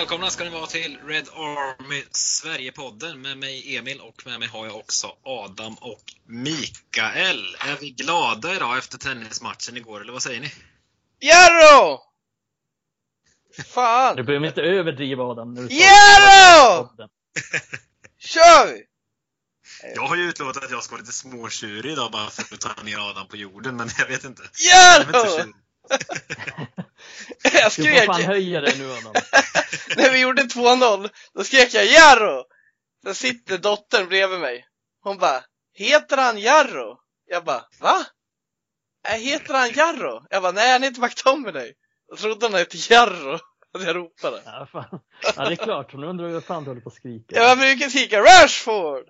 välkomna ska ni vara till Red Army Sverige-podden. Med mig Emil och med mig har jag också Adam och Mikael. Är vi glada idag efter tennismatchen igår, eller vad säger ni? Jarro! Fan! Du behöver inte överdriva, Adam. Jarro! Kör vi! Jag har ju utlovat att jag ska vara lite småtjurig idag bara för att ta ner Adam på jorden, men jag vet inte. Jarro! Jag Du skrek... får fan höja det nu, Adam. När vi gjorde 2-0, då skrek jag Jarro! Då sitter dottern bredvid mig. Hon bara, heter han Jarro? Jag bara, va? Heter han Jarro? Jag bara, nej han heter McTominay. Jag trodde han hette Jarro. Och jag ropade. Ja, fan. Ja, det är klart. Hon undrar hur fan du håller på att skrika. Jag brukar skrika Rashford!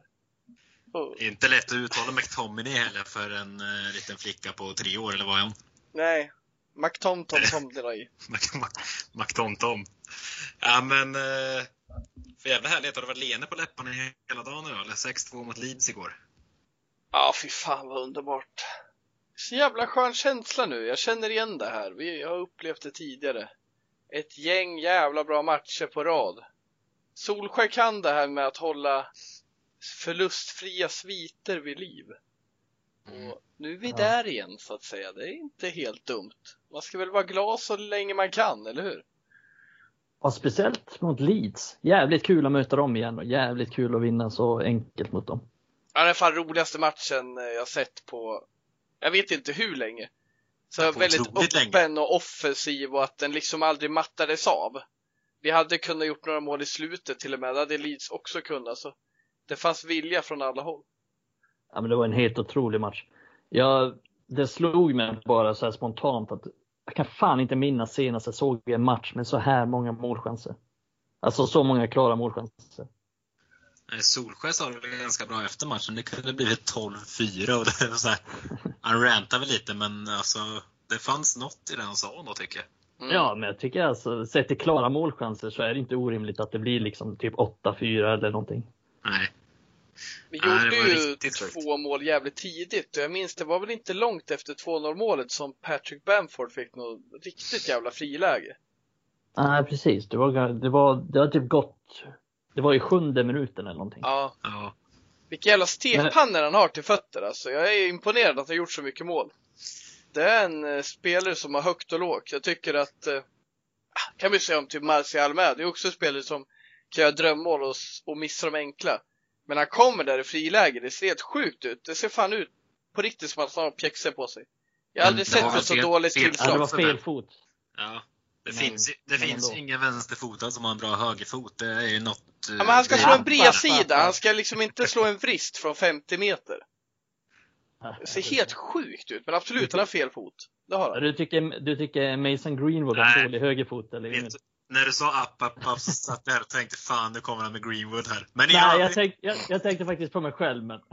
Inte lätt att uttala McTominay heller för en liten flicka på 3 år, eller vad är hon? Nej, McTom-Tom-Tom-Tom. McTom-Tom. Ja, men för jävla härligt. Har det varit leende på läpparna hela dagen idag? Eller 6-2 mot Leeds igår? Ja, fy fan vad underbart. Så jävla skön känsla nu. Jag känner igen det här. Vi har upplevt det tidigare. Ett gäng jävla bra matcher på rad. Solskär kan det här med att hålla förlustfria sviter vid liv. Och nu är vi där igen, så att säga. Det är inte helt dumt. Man ska väl vara glad så länge man kan, eller hur? Och speciellt mot Leeds. Jävligt kul att möta dem igen och jävligt kul att vinna så enkelt mot dem. Ja, det är fan roligaste matchen jag sett på, jag vet inte hur länge. Så väldigt öppen och offensiv och att den liksom aldrig mattades av. Vi hade kunnat gjort några mål i slutet till och med. Det hade Leeds också kunnat. Så det fanns vilja från alla håll. Ja, men det var en helt otrolig match. Det slog mig bara så här spontant att jag kan fan inte minnas senast jag såg en match med så här många målchanser. Alltså så många klara målchanser. Solskär sa det väl ganska bra efter matchen. Det kunde blivit 12-4 och det var så här, han rantade väl lite, men alltså det fanns något i det han sa då, tycker jag. Ja, men jag tycker alltså, sett till klara målchanser så är det inte orimligt att det blir liksom typ 8-4 eller någonting. Nej. Vi gjorde ju 2 mål jävligt tidigt. Och jag minns, det var väl inte långt efter 2-0 målet som Patrick Bamford fick något riktigt jävla friläge. Nej, precis. Det har typ gått. Det var i 7:e minuten eller någonting. Ja. Vilka jävla stekpannor han har till fötter. Alltså. Jag är imponerad att han har gjort så mycket mål. Det är en spelare som har högt och lågt. Jag tycker att kan vi säga om typ Martial med. Det är också en spelare som kan göra drömmål och missa de enkla. Men han kommer där i friläge. Det ser helt sjukt ut. Det ser fan ut på riktigt som att han har pjäxor på sig. Jag har aldrig sett ett så dåligt tillslag. Ja, det var fel fot. Ja. Det finns ingen vänsterfotad som har en bra högerfot. Det är ju något. Ja, men han ska slå en bredsida. Han ska liksom inte slå en vrist från 50 meter. Det ser helt sjukt ut. Men absolut, han har fel fot. Det har han. Du tycker Mason Greenwood har en dålig högerfot eller? När du sa app så satt jag och tänkte fan, nu kommer han med Greenwood här. Men jag tänkte faktiskt på mig själv, men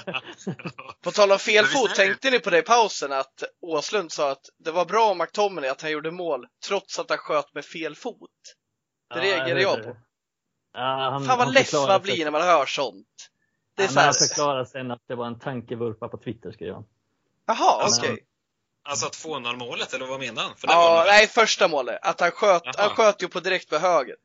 på tal om fel fot, tänkte ni på det i pausen att Åslund sa att det var bra om McTominay att han gjorde mål trots att han sköt med fel fot. Det reagerade jag på. Fan vad less man blir när man hör sånt. Det är så här. Han förklarade sen att det var en tankevurpa på Twitter, skrev han. Jaha, okej. Alltså att 2-0 målet, eller vad menar han? För nej, första målet. Att han sköt ju på direkt på höger.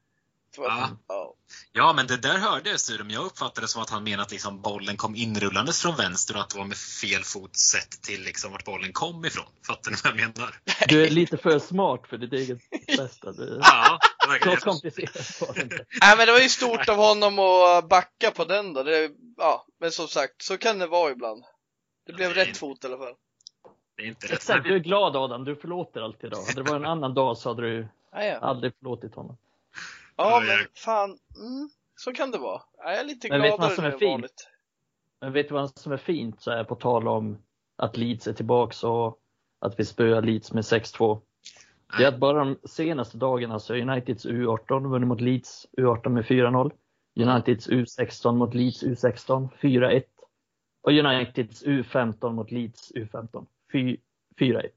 Ja, men det där hörde jag Sturum. Jag uppfattade det som att han menade att liksom bollen kom inrullandes från vänster och att det var med fel fot sett till liksom vart bollen kom ifrån. Fattar ni vad jag menar? Du är lite för smart för ditt eget bästa. Ja, det verkar så komplicerat. Nej, men det var ju stort av honom att backa på den då. Men som sagt, så kan det vara ibland. Det blev rätt fot i alla fall. Det är inte rätt. Exakt, du är glad, Adam. Du förlåter alltid idag. Hade det varit en annan dag så hade du aldrig förlåtit honom. Ja, men fan. Så kan det vara. Jag är lite gladare än vanligt. Men vet du vad som är fint så här, på tal om att Leeds är tillbaks och att vi spöar Leeds med 6-2. Det är att bara de senaste dagarna så Uniteds U18 vunnit mot Leeds U18 med 4-0. Uniteds U16 mot Leeds U16 4-1. Och Uniteds U15 mot Leeds U15 4-1.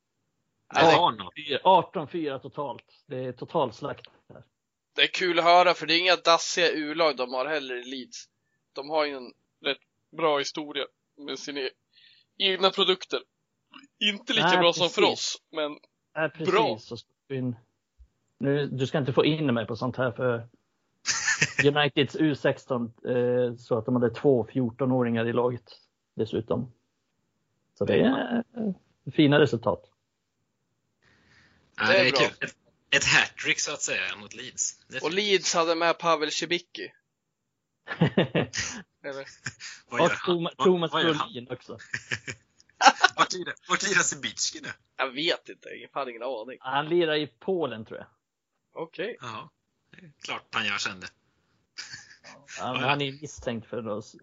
18-4 totalt. Det är total slakt här. Det är kul att höra, för det är inga dassiga U-lag de har heller i Leeds. De har ju en rätt bra historia med sina egna produkter. Inte lika bra som för oss, men bra. Du ska inte få in mig på sånt här, för Uniteds U16 så att de hade 2 14-åringar i laget dessutom. Så det är fina resultat. Ja, det är kul. Ett hattrick så att säga mot Leeds. Och Leeds hade med Pavel Cibicki. Eller? Och Thomas Brolin också. Vart lirar Cibicki nu? Jag vet inte, jag har ingen aning. Han lirar i Polen, tror jag. Okej. Ja, det är klart han gör sen det. Ja, men han är misstänkt för oss.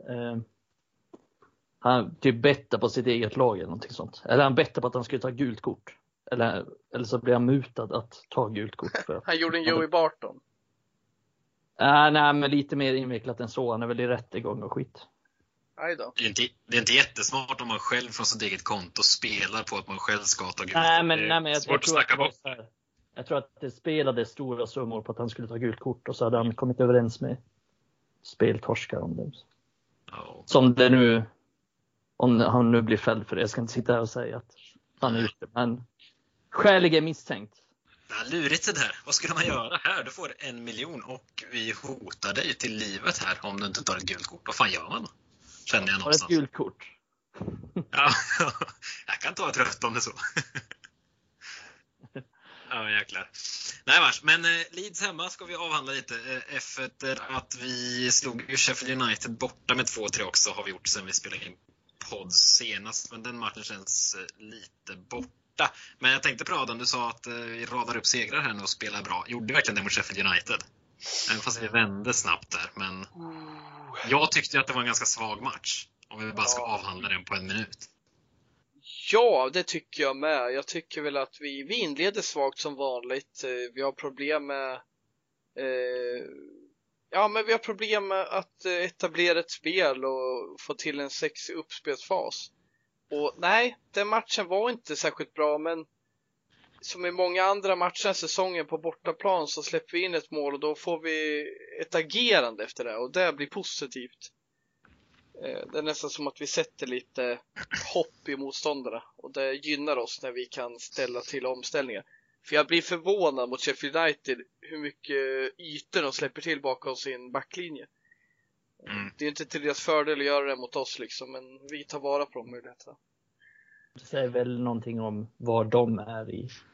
Han typ bettar på sitt eget lag eller någonting sånt. Eller han bettar på att han skulle ta gult kort. Eller så blir han mutad att ta gult kort. För Han gjorde en Joey Barton. Nej, men lite mer invecklat än så. Han är väl i rättegång och skit. Nej då. Det är inte jättesmart om man själv från sitt eget konto spelar på att man själv ska ta gult kort. Nej, men jag svårt att snacka bort. Jag tror att det spelade stora summor på att han skulle ta gult kort. Och så hade han kommit överens med speltorskar om det. Oh. Som det nu, om han nu blir fälld för det. Jag ska inte sitta här och säga att han är ute. Men skäligen misstänkt. Ja, lurigt det där. Vad skulle man göra här? Du får 1 miljon och vi hotar dig till livet här om du inte tar ett gult kort. Vad fan gör man då? Känner jag någonstans. Ett gult kort. Ja, jag kan ta ett rött om det så. Ja, jäklar. Nej, vars. Men Leeds hemma ska vi avhandla lite. Efter att vi slog ju Sheffield United borta med 2-3 också har vi gjort sen vi spelade in podd senast. Men den matchen känns lite borta. Men jag tänkte på Adam, du sa att vi radar upp segrar här nu och spelar bra. Gjorde verkligen det mot Sheffield United? Även fast vi vände snabbt där. Men jag tyckte att det var en ganska svag match. Om vi bara ska avhandla den på 1 minut. Ja, det tycker jag med. Jag tycker väl att vi inleder svagt som vanligt. Vi har problem med vi har problem med att etablera ett spel och få till en sexig uppspelsfas. Och nej, den matchen var inte särskilt bra, men som i många andra matcher säsongen på bortaplan så släpper vi in ett mål och då får vi ett agerande efter det och det blir positivt. Det är nästan som att vi sätter lite hopp i motståndarna och det gynnar oss när vi kan ställa till omställningar. För jag blir förvånad mot Sheffield United hur mycket ytor de släpper till bakom sin backlinje. Det är inte till deras fördel att göra det mot oss liksom, men vi tar vara på de möjligheterna. Det säger väl någonting om var de är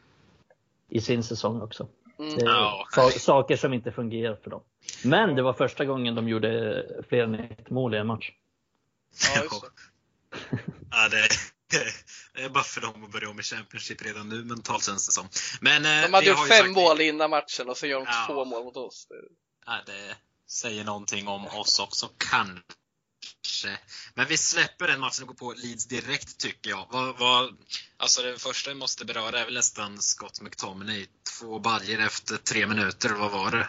i sin säsong också. Det är saker som inte fungerar för dem. Men det var första gången de gjorde fler än ett mål i en match. Ja, just det. Ja, det är bara för dem att börja om i Championship redan nu mentalt känns det som. Men, de hade ju 5 mål innan matchen och så gör de 2 mål mot oss. Ja, det säger någonting om oss också, kanske. Men vi släpper den matchen och går på Leeds direkt tycker jag. Alltså det första vi måste beröra är väl nästan Scott McTominay. 2 baljor efter 3 minuter, vad var det?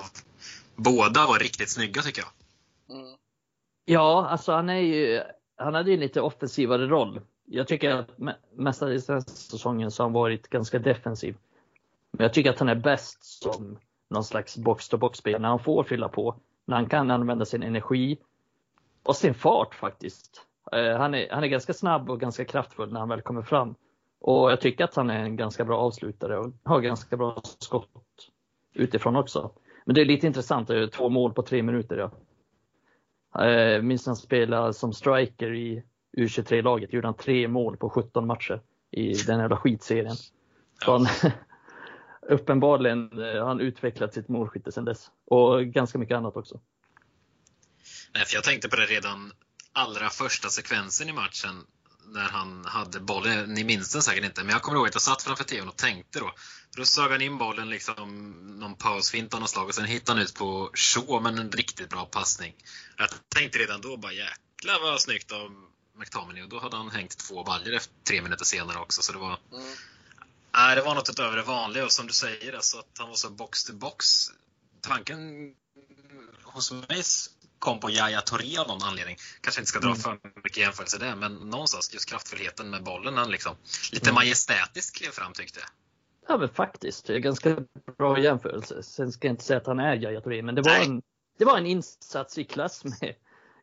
Båda var riktigt snygga tycker jag. Ja, alltså han hade ju lite offensivare roll. Jag tycker att mestadels den säsongen så har han varit ganska defensiv. Men jag tycker att han är bäst som någon slags box-to-box-spel när han får fylla på. När han kan använda sin energi och sin fart faktiskt. Han är ganska snabb och ganska kraftfull när han väl kommer fram. Och jag tycker att han är en ganska bra avslutare och har ganska bra skott utifrån också. Men det är lite intressant, 2 mål på 3 minuter. Ja. Minns han spelade som striker i U23-laget. Gjorde han 3 mål på 17 matcher i den jävla skitserien. Så han, uppenbarligen har han utvecklat sitt målskytte sedan dess. Och ganska mycket annat också. Nej, för jag tänkte på det redan allra första sekvensen i matchen när han hade bollen. Ni minns den säkert inte, men jag kommer ihåg att jag satt framför tvn och tänkte då. Då sög han in bollen liksom någon pausfint av något slag och sen hittade han ut på Shaw med en riktigt bra passning. Jag tänkte redan då bara jäklar vad snyggt av McTominay och då hade han hängt 2 baljor efter 3 minuter senare också så det var det var något utöver det vanliga och som du säger alltså att han var så box to box. Tanken hos mig kom på Yaya Touré av någon anledning. Kanske inte ska dra för mycket jämförelse där, men någonstans just kraftfullheten med bollen han liksom lite majestätiskt klev fram tyckte jag. Ja men faktiskt, det är ganska bra jämförelse. Sen ska jag inte säga att han är Yaya Touré, men det var en insats i klass med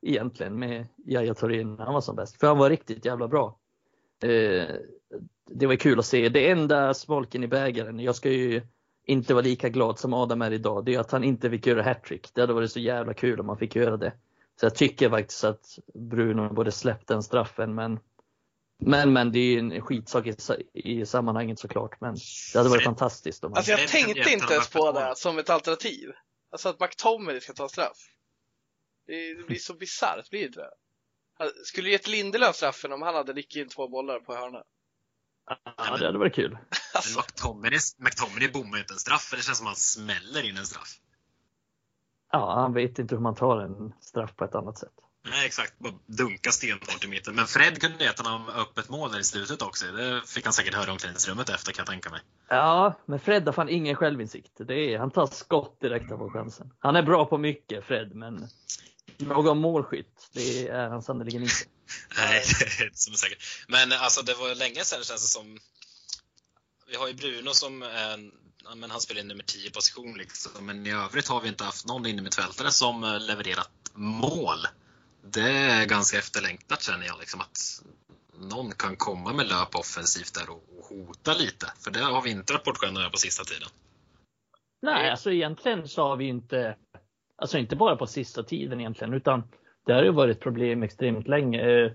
Yaya Touré när han var som bäst. För han var riktigt jävla bra. Det var kul att se. Det enda smolken i bägaren, jag ska ju inte var lika glad som Adam är idag, det är att han inte fick göra hattrick. Det hade varit så jävla kul om man fick göra det. Så jag tycker faktiskt att Bruno borde släppt den straffen, men det är ju en skitsak i sammanhanget såklart, men det hade varit fantastiskt om Alltså jag tänkte inte ens på det som ett alternativ. Alltså att McTominay ska ta straff. Det blir så bisarrt, blir det. Skulle gett Lindelöf straffen om han hade nickat in 2 bollar på hörna. Ja, det hade varit kul. Alltså. Men McTominay bommar inte en straff, för det känns som att han smäller in en straff. Ja, han vet inte hur man tar en straff på ett annat sätt. Nej, exakt. Bara dunka stenhårt i mitten. Men Fred kunde gett honom öppet mål där i slutet också. Det fick han säkert höra omklädningsrummet efter, kan jag tänka mig. Ja, men Fred har fan ingen självinsikt. Han tar skott direkt på chansen. Han är bra på mycket, Fred, men någon målskytt, det är han sannoliken inte. Nej, det är inte som är säkert. Men alltså, det var länge sedan, känns det som. Vi har ju Bruno som men han spelar i nummer 10 position liksom. Men i övrigt har vi inte haft någon inne mittfältare som levererat mål. Det är ganska efterlängtat, känner jag liksom, att någon kan komma med löp offensivt där och hota lite. För det har vi inte varit bortskämda på sista tiden. Nej, alltså egentligen så har vi inte, alltså inte bara på sista tiden egentligen, utan det har ju varit ett problem extremt länge.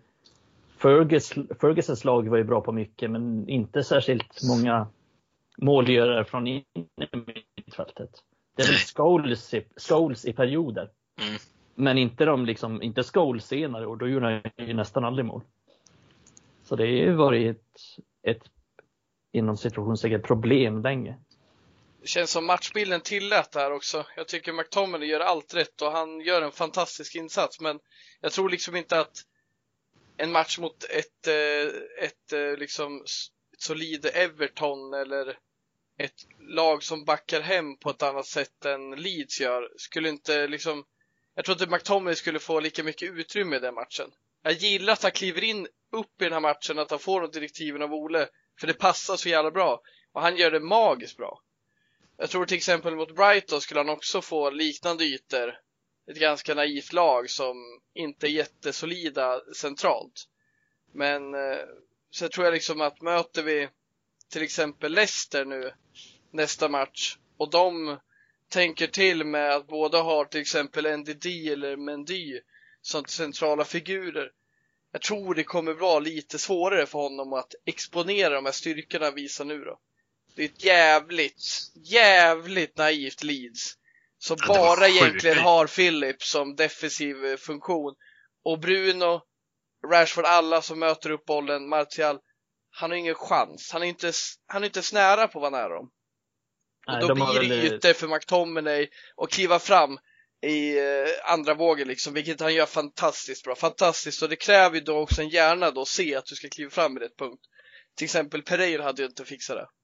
Fergusons lag var ju bra på mycket, men inte särskilt många målgörare från mittfältet. Det är väl Scholes i perioder. Mm. Men inte Scholes senare, och då gjorde han ju nästan aldrig mål. Så det har ju varit ett inom situationssäkert problem länge. Det känns som matchbilden tillät där också. Jag tycker McTominay gör allt rätt och han gör en fantastisk insats, men jag tror liksom inte att en match mot ett solid Everton eller ett lag som backar hem på ett annat sätt än Leeds gör skulle inte liksom. Jag tror inte McTominay skulle få lika mycket utrymme i den matchen. Jag gillar att han kliver in upp i den här matchen, att han får de direktiven av Ole, för det passar så jävla bra och han gör det magiskt bra. Jag tror till exempel mot Brighton skulle han också få liknande ytor. Ett ganska naivt lag som inte är jättesolida centralt. Men så tror jag liksom att möter vi till exempel Leicester nu nästa match och de tänker till med att båda har till exempel NDD eller Mendy som jävla figurer. Jag tror det kommer vara lite svårare för honom att exponera de här styrkorna visar nu då. Det är ett jävligt naivt Leeds som bara egentligen har Phillips som defensiv funktion. Och Bruno, Rashford, alla som möter upp bollen, Martial, han har ingen chans. Han är inte nära på att vara nära dem. Och då blir det ytor för McTominay och kliva fram i andra vågen liksom, vilket han gör fantastiskt bra. Fantastiskt, och det kräver ju då också en hjärna då att se att du ska kliva fram i rätt punkt. Till exempel Pereira hade ju inte fixat det.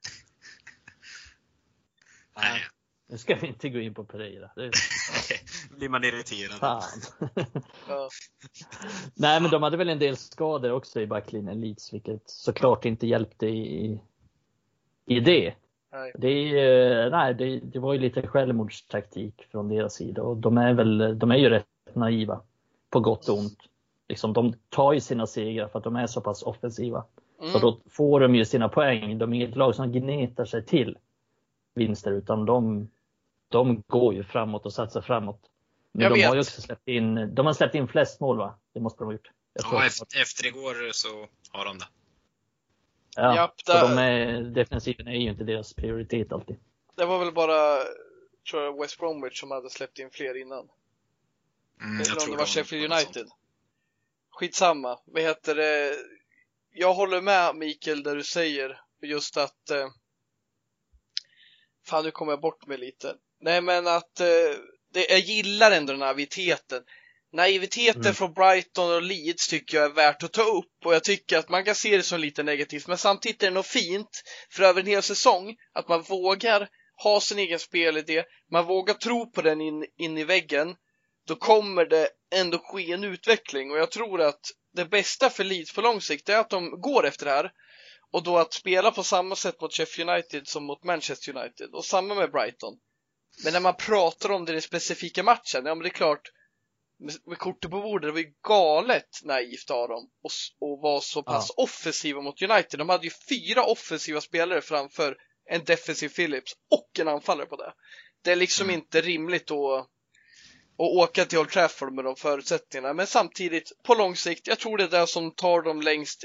Nej. Nu ska vi inte gå in på Pereira. Det blir man irriterad. Fan. Ja. Nej, men de hade väl en del skador också i backlinjen Leeds, vilket såklart inte hjälpte i det. Nej. Det var ju lite självmordstaktik från deras sida, och de är ju rätt naiva på gott och ont. Liksom, de tar ju sina segrar för att de är så pass offensiva. Så då får de ju sina poäng. De är inget lag som gnetar sig till vinster, utan de går ju framåt och satsar framåt. Men de har ju också släppt in flest mål, va? Det måste de ha gjort. Ja, efter igår så har de det. Ja, så defensiven är ju inte deras prioritet alltid. Det var väl bara, tror jag, West Bromwich som hade släppt in fler innan. Jag tror det var Sheffield United. Skitsamma. Vad heter det? Jag håller med Mikael där du säger just att fan, nu kommer jag bort mig lite. Nej, men att jag gillar ändå den naiviteten. Naiviteten från Brighton och Leeds tycker jag är värt att ta upp, och jag tycker att man kan se det som lite negativt, men samtidigt är det nog fint för över en hel säsong att man vågar ha sin egen spelidé, man vågar tro på den in i väggen. Då kommer det ändå ske en utveckling, och jag tror att det bästa för Leeds på lång sikt är att de går efter det här, och då att spela på samma sätt mot Sheffield United som mot Manchester United, och samma med Brighton. Men när man pratar om den specifika matchen, ja, men det är klart, med kortet på bordet, det var ju galet naivt av dem och var så pass offensiva mot United. De hade ju 4 offensiva spelare framför en defensiv Phillips och en anfallare på det. Det är liksom inte rimligt att åka till Old Trafford med de förutsättningarna. Men samtidigt, på lång sikt, jag tror det är det som tar dem längst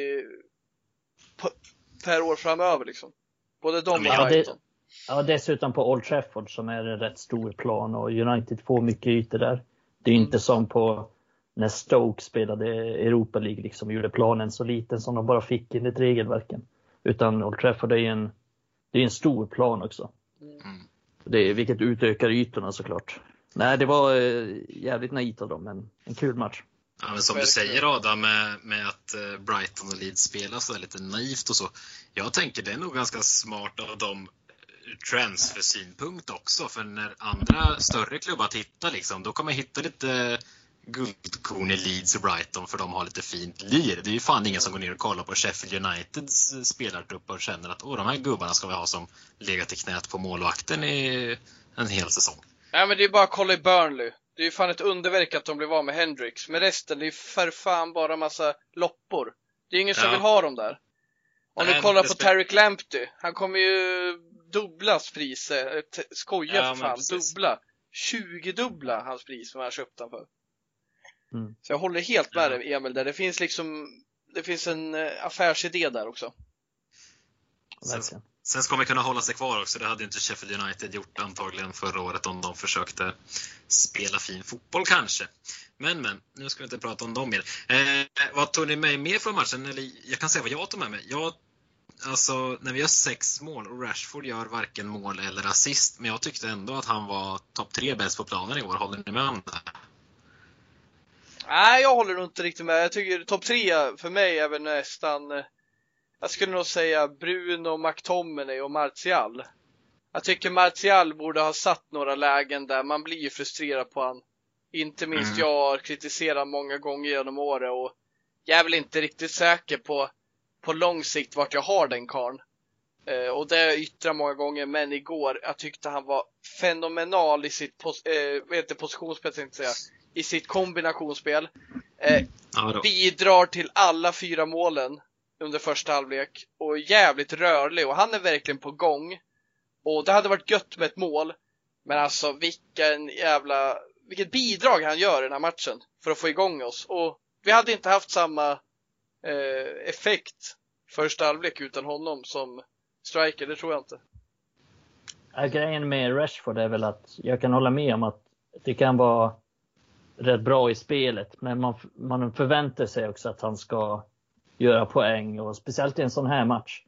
per år framöver liksom. Både de och Brighton. Ja, dessutom på Old Trafford som är en rätt stor plan och United får mycket ytor där. Det är inte som på när Stoke spelade Europa League liksom, gjorde planen så liten som de bara fick enligt regelverken. Utan Old Trafford är en stor plan också. Vilket utökar ytorna såklart. Nej, det var jävligt naivt av dem, men en kul match. Ja, men som du säger Adam, med att Brighton och Leeds spelar så lite naivt och så. Jag tänker det är nog ganska smart av dem transfer-synpunkt också. För när andra större klubbar tittar liksom, då kommer jag hitta lite guldkorn i Leeds och Brighton för de har lite fint lir. Det är ju fan ingen som går ner och kollar på Sheffield Uniteds spelartrupp och känner att de här gubbarna ska vi ha som legat i knät på målvakten i en hel säsong. Ja, men det är bara att kolla i Burnley. Det är ju fan ett underverk att de blev av med Hendricks. Men resten, det är för fan bara massa loppor. Det är ingen som vill ha dem där. Om du kollar på Tariq Lamptey, han kommer ju dubblas priser. Skoja för fan, dubbla. 20-dubbla hans pris som han köpte han för. Så jag håller helt med dig, Emil, där. Det finns en affärsidé där också. Sen ska man kunna hålla sig kvar också. Det hade inte Sheffield United gjort antagligen förra året om de försökte spela fin fotboll kanske. Men nu ska vi inte prata om dem mer. Vad tog ni med mer från matchen? Eller, jag kan säga vad jag tog med mig. Alltså, när vi gör 6 mål och Rashford gör varken mål eller assist, men jag tyckte ändå att han var topp 3 bäst på planen i år. Håller ni med om det? Nej, jag håller nog inte riktigt med. Jag tycker topp 3 för mig är väl nästan... Jag skulle nog säga Bruno, McTominay och Martial. Jag tycker Martial borde ha satt några lägen där man blir frustrerad på han. Inte minst jag har kritiserat många gånger genom året och jag är väl inte riktigt säker på lång sikt vart jag har den karn. Och det jag yttrar många gånger, men igår jag tyckte han var fenomenal i sitt positionsspel, tänkte jag säga. I sitt kombinationsspel. Bidrar till alla 4 målen under första halvlek och jävligt rörlig och han är verkligen på gång. Och det hade varit gött med ett mål, men alltså vilket bidrag han gör i den här matchen för att få igång oss. Och vi hade inte haft samma effekt första halvlek utan honom som striker, det tror jag inte. Grejen med Rashford är väl att jag kan hålla med om att det kan vara rätt bra i spelet, men man förväntar sig också att han ska göra poäng, och speciellt i en sån här match.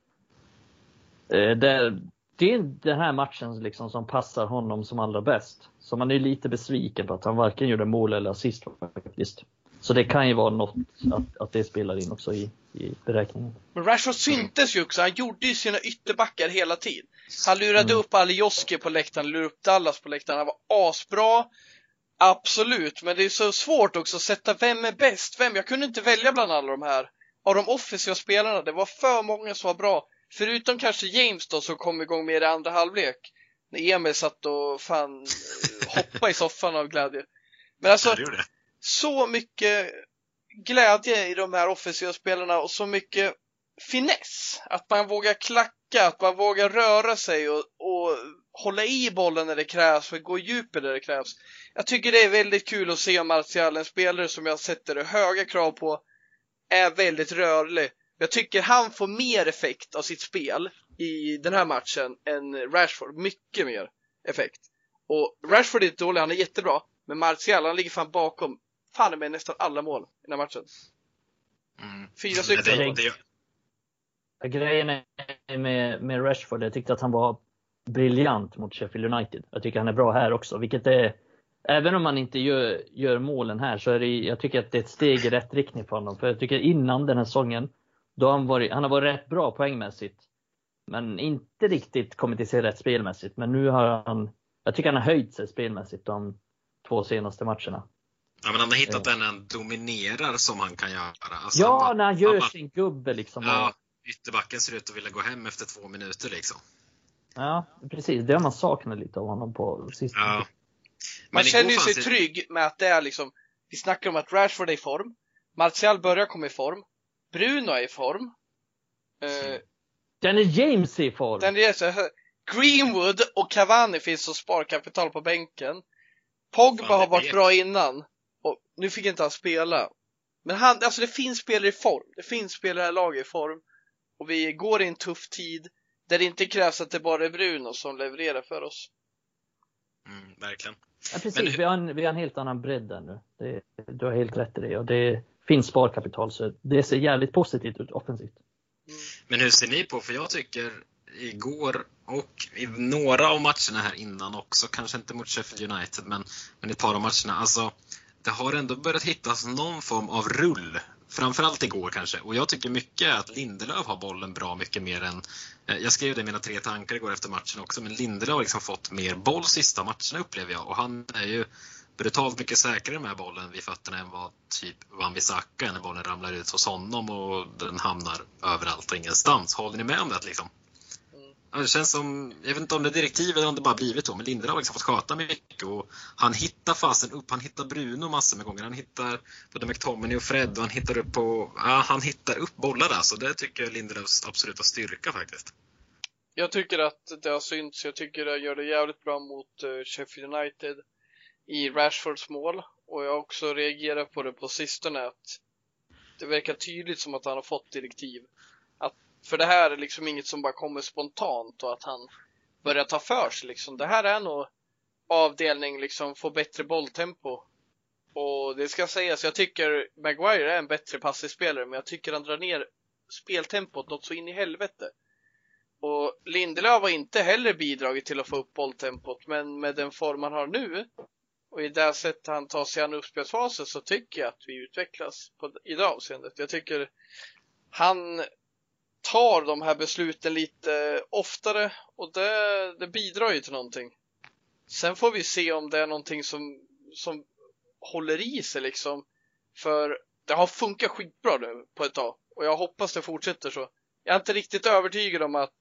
Det är den här matchen liksom som passar honom som allra bäst. Så man är lite besviken på att han varken gjorde mål eller assist faktiskt. Så det kan ju vara något att det spelar in också i beräkningen. Men Rashford syntes ju också. Han gjorde ju sina ytterbackar hela tiden. Han lurade upp Alioski på läktaren, lurade upp Dallas på läktaren. Han var asbra. Absolut, men det är så svårt också att sätta vem är bäst. Jag kunde inte välja bland alla de här. Av de offensiva spelarna, det var för många som var bra. Förutom kanske James då, som kom igång med i andra halvlek. När Emil satt och fan hoppa i soffan av glädje. Men alltså, så mycket glädje i de här offensiva spelarna och så mycket finess. Att man vågar klacka, att man vågar röra sig och hålla i bollen när det krävs och gå djupet där det krävs. Jag tycker det är väldigt kul att se Martial, en spelare som jag sätter höga krav på, är väldigt rörlig. Jag tycker han får mer effekt av sitt spel i den här matchen än Rashford. Mycket mer effekt. Och Rashford är inte dålig, han är jättebra. Men Martial, han ligger fan bakom med nästan alla mål i den här matchen. 4 stycken. Grejen är med Rashford, jag tyckte att han var briljant mot Sheffield United. Jag tycker han är bra här också, vilket är, även om man inte gör målen här, så är det, jag tycker att det är ett steg i rätt riktning för honom. För jag tycker innan den här säsongen, då han har varit rätt bra poängmässigt, men inte riktigt kommit till sig rätt spelmässigt. Men nu har jag tycker han har höjt sig spelmässigt de 2 senaste matcherna. Ja, men han har hittat den han dominerar som han kan göra. Alltså ja, när han gör sin gubbe liksom. Ja, ytterbacken ser ut att vilja gå hem efter 2 minuter liksom. Ja, precis. Det har man saknat lite av honom på sista. Ja. Man känner ju sig trygg med att det är liksom, vi snackar om att Rashford är i form, Martial börjar komma i form, Bruno är i form, Den är James i form. Den är så Greenwood och Cavani finns som sparkapital på bänken. Pogba har varit bra innan. Och nu fick inte han spela. Men alltså det finns spelare i form. Det finns spelare i laget i form. Och vi går i en tuff tid där det inte krävs att det bara är Bruno som levererar för oss. Verkligen. Ja, precis. Vi har en helt annan bredd där nu. Du har helt rätt i det. Och det finns sparkapital, så det ser jävligt positivt ut offensivt. Men hur ser ni på? För jag tycker igår och i några av matcherna här innan också, kanske inte mot Sheffield United, men i ett par av matcherna, alltså det har ändå börjat hittas någon form av rull. Framförallt igår kanske. Och jag tycker mycket att Lindelöf har bollen bra mycket mer än... Jag skrev det i mina 3 tankar igår efter matchen också. Men Lindelöf har liksom fått mer boll sista matcherna, upplever jag. Och han är ju brutalt mycket säkrare med bollen vid fötterna än vad typ Wan-Bissaka när bollen ramlar ut hos honom och den hamnar överallt och ingenstans. Håller ni med om det liksom? Det känns som, jag vet inte om det är direktiv eller om det bara blivit så, men Lindelöf har liksom fått sköta mycket och han hittar fasen upp, han hittar Bruno massor med gånger, han hittar både McTominay och Fred och han hittar upp bollar där, så det tycker jag är Lindelöfs absoluta styrka faktiskt. Jag tycker att det har synts, jag tycker det gör det jävligt bra mot Sheffield United i Rashfords mål, och jag har också reagerat på det på sistone att det verkar tydligt som att han har fått direktiv. För det här är liksom inget som bara kommer spontant och att han börjar ta för sig liksom. Det här är nog avdelning liksom, få bättre bolltempo. Och det ska sägas, jag tycker Maguire är en bättre passningsspelare, men jag tycker han drar ner speltempot något så in i helvete. Och Lindelöf har inte heller bidragit till att få upp bolltempot, men med den form han har nu och i det sätt han tar sig an uppspelsfasen, så tycker jag att vi utvecklas i det avseendet. Jag tycker han tar de här besluten lite oftare, och det bidrar ju till någonting. Sen får vi se om det är någonting som håller i sig liksom. För det har funkat skitbra nu på ett tag, och jag hoppas det fortsätter så. Jag är inte riktigt övertygad om att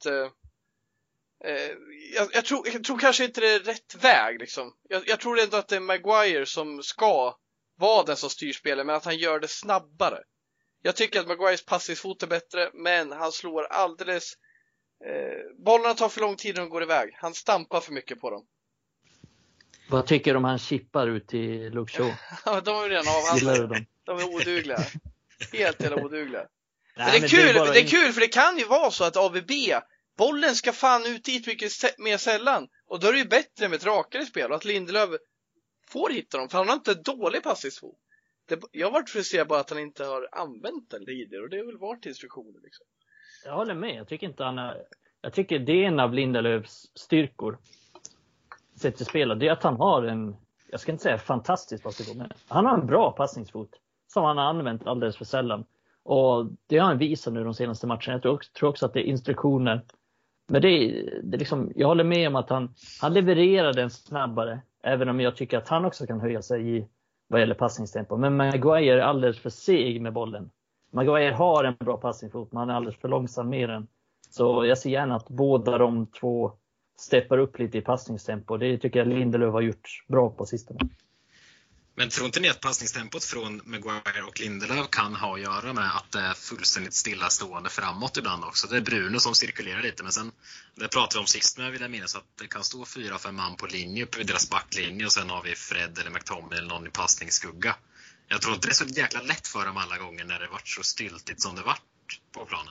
jag tror kanske inte det är rätt väg liksom. Jag tror ändå att det är Maguire som ska vara den som styr spelet, men att han gör det snabbare. Jag tycker att Maguires passningsfot är bättre, men han slår alldeles... bollarna tar för lång tid när de går iväg. Han stampar för mycket på dem. Vad tycker du om han chippar ut i Luke Shaw? Ja, de är redan avhandlade. De är odugliga. Helt jävla odugliga. Nej, men det är kul, för det kan ju vara så att AVB, bollen ska fan ut dit mycket mer sällan. Och då är det ju bättre med ett rakare spel, och att Lindelöf får hitta dem. För han har inte dålig passningsfot. Jag har varit frustrerad bara att han inte har använt den tidigare, och det har väl varit instruktioner liksom. Jag håller med, jag tycker det är en av Lindelöfs styrkor sett till spel, det är att han har jag ska inte säga fantastisk passningsfot, men han har en bra passningsfot som han har använt alldeles för sällan, och det har han visat nu de senaste matcherna. Jag tror också att det är instruktioner, men det är liksom, jag håller med om att han levererar den snabbare, även om jag tycker att han också kan höja sig i vad gäller passningstempo. Men Maguire är alldeles för seg med bollen. Maguire har en bra passningsfot, men han är alldeles för långsam med den. Så jag ser gärna att båda de två steppar upp lite i passningstempo. Det tycker jag Lindelöf har gjort bra på sistone. Men tror inte ni att passningstempot från Maguire och Lindelöf kan ha att göra med att det är fullständigt stillastående framåt ibland också? Det är Bruno som cirkulerar lite, men sen, det pratade vi om sist, men jag vill minnas att det kan stå 4-5 man på linje uppe vid deras backlinje, och sen har vi Fred eller McTominay eller någon i passningsskugga. Jag tror inte det är så jäkla lätt för dem alla gånger när det varit så styltigt som det varit på planen.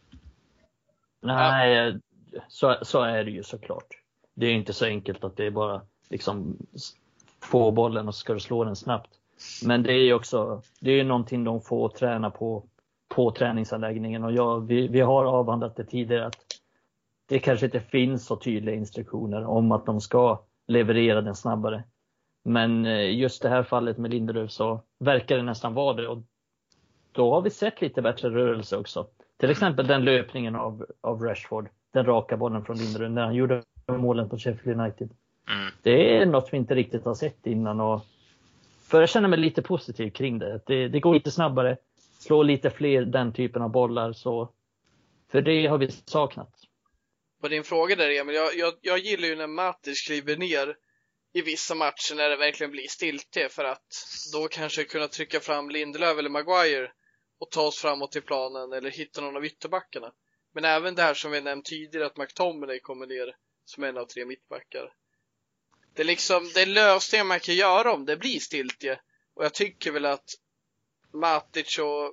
Nej, så är det ju såklart. Det är inte så enkelt att det är bara liksom få bollen och ska du slå den snabbt. Men det är ju också, det är ju någonting de får träna på träningsanläggningen, och vi har avhandlat det tidigare att det kanske inte finns så tydliga instruktioner om att de ska leverera den snabbare. Men just det här fallet med Lindelöf så verkar det nästan vara det, och då har vi sett lite bättre rörelse också. Till exempel den löpningen av Rashford, den raka bollen från Lindelöf när han gjorde målen på Sheffield United. Det är något vi inte riktigt har sett innan, och för jag känner mig lite positiv kring det. Det går lite snabbare, slå lite fler den typen av bollar, så för det har vi saknat. På din fråga där, Emil, jag gillar ju när Matic skriver ner i vissa matcher när det verkligen blir stiltje, för att då kanske kunna trycka fram Lindelöf eller Maguire och ta oss framåt i planen eller hitta någon av ytterbackarna. Men även det här som vi nämnt tidigare, att McTominay kommer ner som en av 3 mittbackar. Det är liksom, det är lösningar man kan göra om det blir stiltje. Och jag tycker väl att Matic och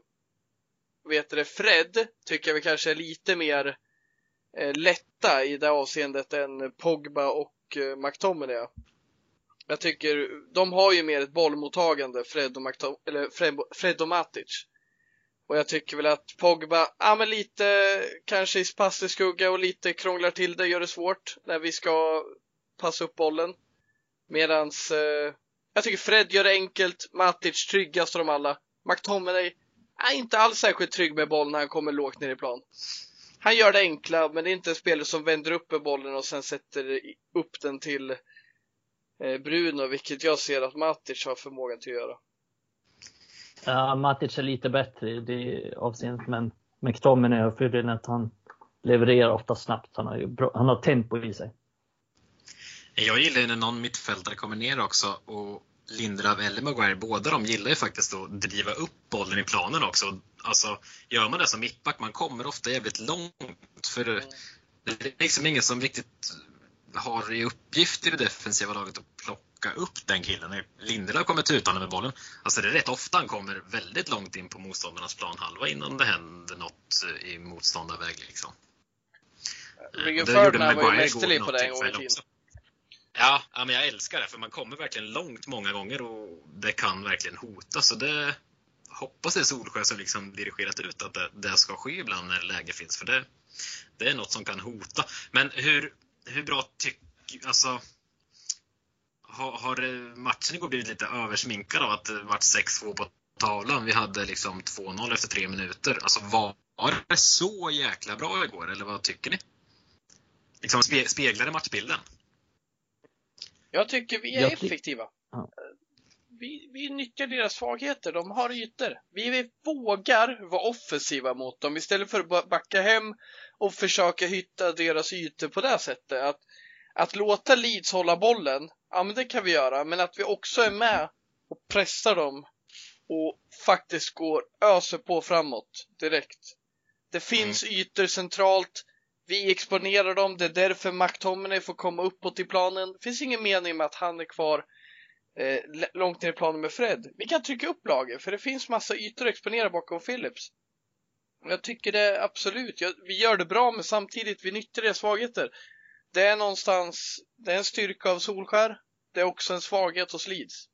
Fred tycker jag väl kanske är lite mer lätta i det avseendet än Pogba och McTominay. Jag tycker de har ju mer ett bollmottagande, Fred och Matic. Och jag tycker väl att Pogba men lite kanske i pass i skugga och lite krånglar till det, gör det svårt när vi ska passa upp bollen. Medans jag tycker Fred gör det enkelt, Matic tryggast av dem alla. McTominay är inte alls särskilt trygg med bollen när han kommer lågt ner i plan. Han gör det enkla, men det är inte en spelare som vänder upp med bollen och sen sätter upp den till Bruno, vilket jag ser att Matic har förmågan till att göra. Ja, Matic är lite bättre i det avseendet, men McTominay har fördelen att han levererar ofta snabbt. Han har tempo i sig. Jag gillar när någon mittfältare kommer ner också, och Lindelöf eller Maguire, båda de gillar ju faktiskt att driva upp bollen i planen också. Alltså, gör man det som mittback, man kommer ofta jävligt långt, för det är liksom ingen som riktigt har i uppgift i det defensiva laget att plocka upp den killen. När Lindelöf kommer tutande med bollen, alltså det är rätt ofta han kommer väldigt långt in på motståndarnas planhalva innan det händer något i motståndarväg liksom. Rio Ferdinand var ju mästerlig på den gången i tiden. Ja, men jag älskar det, för man kommer verkligen långt många gånger och det kan verkligen hota. Så det hoppas det är Solskjaer som liksom dirigerat ut att det ska ske ibland när läge finns. För det är något som kan hota. Men hur bra alltså, har matchen igår blivit lite översminkad av att det varit 6-2 på tavlan? Vi hade liksom 2-0 efter 3 minuter. Alltså var det så jäkla bra igår, eller vad tycker ni? Liksom speglade matchbilden? Jag tycker vi är effektiva. Vi nyttjar deras svagheter. De har ytor. Vi vågar vara offensiva mot dem istället för att backa hem och försöka hitta deras ytor på det sättet. Att låta Leeds hålla bollen, men det kan vi göra. Men att vi också är med och pressar dem och faktiskt öser på framåt direkt. Det finns ytor centralt. Vi exponerar dem, det är därför McTominay får komma uppåt i planen. Det finns ingen mening med att han är kvar långt ner i planen med Fred. Vi kan trycka upp laget, för det finns massa ytor att exponera bakom Phillips. Jag tycker det absolut, vi gör det bra, men samtidigt vi nyttjar det svagheter. Det är någonstans, det är en styrka av Solskjaer. Det är också en svaghet hos Leeds.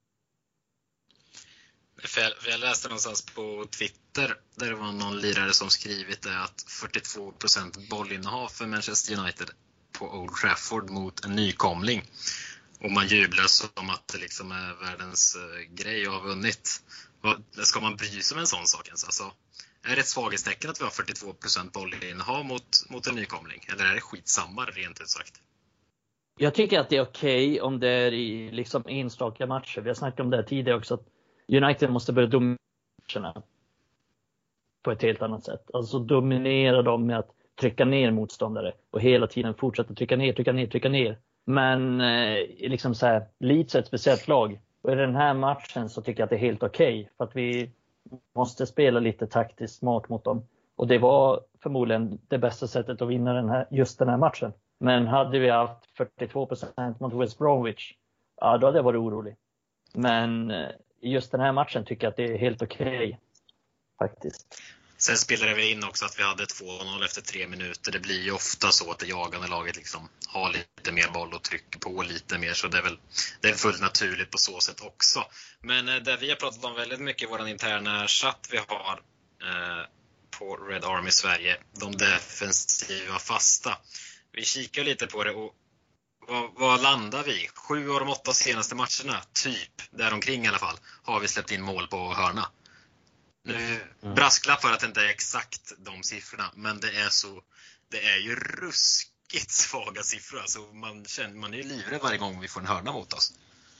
För jag läste någonstans på Twitter där det var någon lirare som skrivit det att 42% bollinnehav för Manchester United på Old Trafford mot en nykomling. Och man jublar som att det liksom är världens grej och har vunnit. Ska man bry sig om en sån sak ens? Alltså, är det ett svaghetstecken att vi har 42% bollinnehav mot en nykomling? Eller är det skitsamma rent ut sagt? Jag tycker att det är okej om det är i liksom enstaka matcher. Vi har snackat om det tidigare också, att United måste börja dominera matcherna på ett helt annat sätt. Alltså dominera dem med att trycka ner motståndare och hela tiden fortsätta trycka ner. Men liksom så här, Leeds är ett speciellt lag. Och i den här matchen så tycker jag att det är helt okej. För att vi måste spela lite taktiskt smart mot dem. Och det var förmodligen det bästa sättet att vinna just den här matchen. Men hade vi haft 42% mot West Bromwich, ja, då hade jag varit orolig. Men i just den här matchen tycker jag att det är helt okej, faktiskt. Sen spelade vi in också att vi hade 2-0 efter 3 minuter. Det blir ju ofta så att det jagande laget liksom har lite mer boll och trycker på lite mer. Så det är fullt naturligt på så sätt också. Men det vi har pratat om väldigt mycket i vår interna chatt vi har på Red Army Sverige, de defensiva fasta. Vi kikar lite på det och vad landar vi? 7 av de 8 senaste matcherna, typ däromkring i alla fall, har vi släppt in mål på hörna. Nu brasklapp för att det inte är exakt de siffrorna, men det är ju ruskigt svaga siffror. Alltså man är ju livrädd varje gång vi får en hörna mot oss.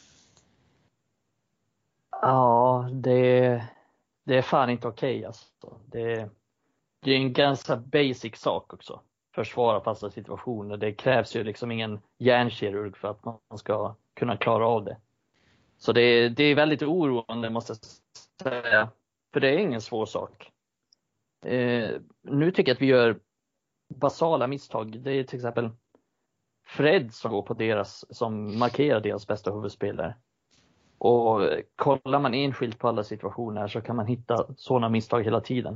Ja, det är fan inte okej alltså. Det är en ganska basic sak också. Försvara fasta situationer. Det krävs ju liksom ingen hjärnkirurg för att man ska kunna klara av det. Så det är väldigt oroande, måste jag säga. För det är ingen svår sak. Nu tycker jag att vi gör basala misstag. Det är till exempel Fred som går på som markerar deras bästa huvudspelare. Och kollar man enskilt på alla situationer så kan man hitta sådana misstag hela tiden.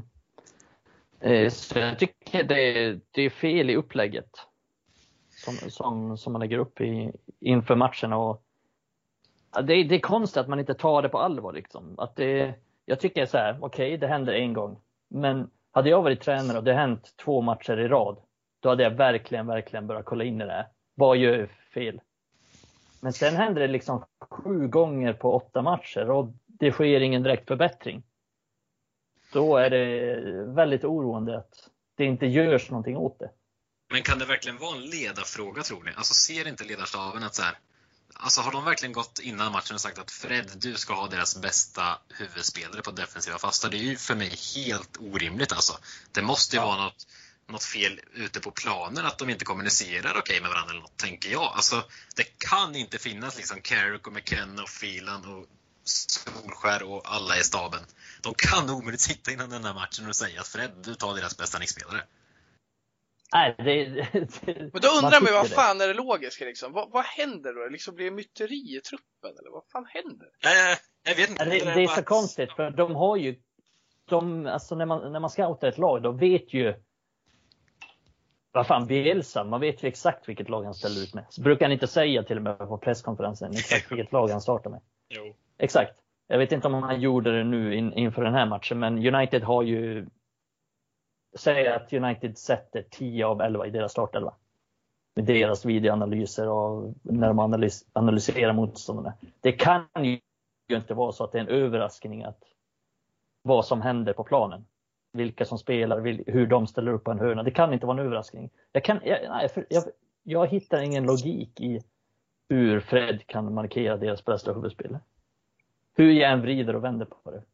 Så jag tycker det är fel i upplägget som man lägger upp inför matchen. Och det är konstigt att man inte tar det på allvar. Liksom. Jag tycker så här, okej, det händer en gång. Men hade jag varit tränare och det hänt 2 matcher i rad, då hade jag verkligen börjat kolla in i det här. Vad gör fel? Men sen händer det liksom 7 gånger på 8 matcher och det sker ingen direkt förbättring. Då är det väldigt oroande att det inte görs någonting åt det. Men kan det verkligen vara en ledarfråga, tror ni? Alltså ser inte ledarstaben att så här, alltså har de verkligen gått innan matchen och sagt att Fred, du ska ha deras bästa huvudspelare på defensiva fasta? Det är ju för mig helt orimligt alltså. Det måste ju vara något fel ute på planen, att de inte kommunicerar okej med varandra eller något, tänker jag. Alltså det kan inte finnas liksom Carrick och McKenna och Phelan och Solskär och alla i staben. De kan omöjligt sitta innan den här matchen och säga att Fred, du tar deras bästa nickspelare. Nej, men då undrar man, vad fan är det logiska liksom? Vad händer då? Liksom blir det myteri i truppen eller vad fan händer? Jag vet inte. Det är så konstigt, för de har ju alltså när man scoutar ett lag, då vet ju vad fan, Bielsa, man vet ju exakt vilket lag han ställer ut med. Så brukar han inte säga till och med på presskonferensen exakt vilket lag han startar med. Jo. Exakt. Jag vet inte om han gjorde det nu inför den här matchen, men United har ju, säger att United sätter 10 av 11 i deras startelva. Med deras videoanalyser och när de analyserar motståndarna. Det kan ju inte vara så att det är en överraskning att vad som händer på planen. Vilka som spelar, hur de ställer upp på en hörna. Det kan inte vara en överraskning. Jag hittar ingen logik i hur Fred kan markera deras bästa huvudspelare. Hur jag än vrider och vänder på det.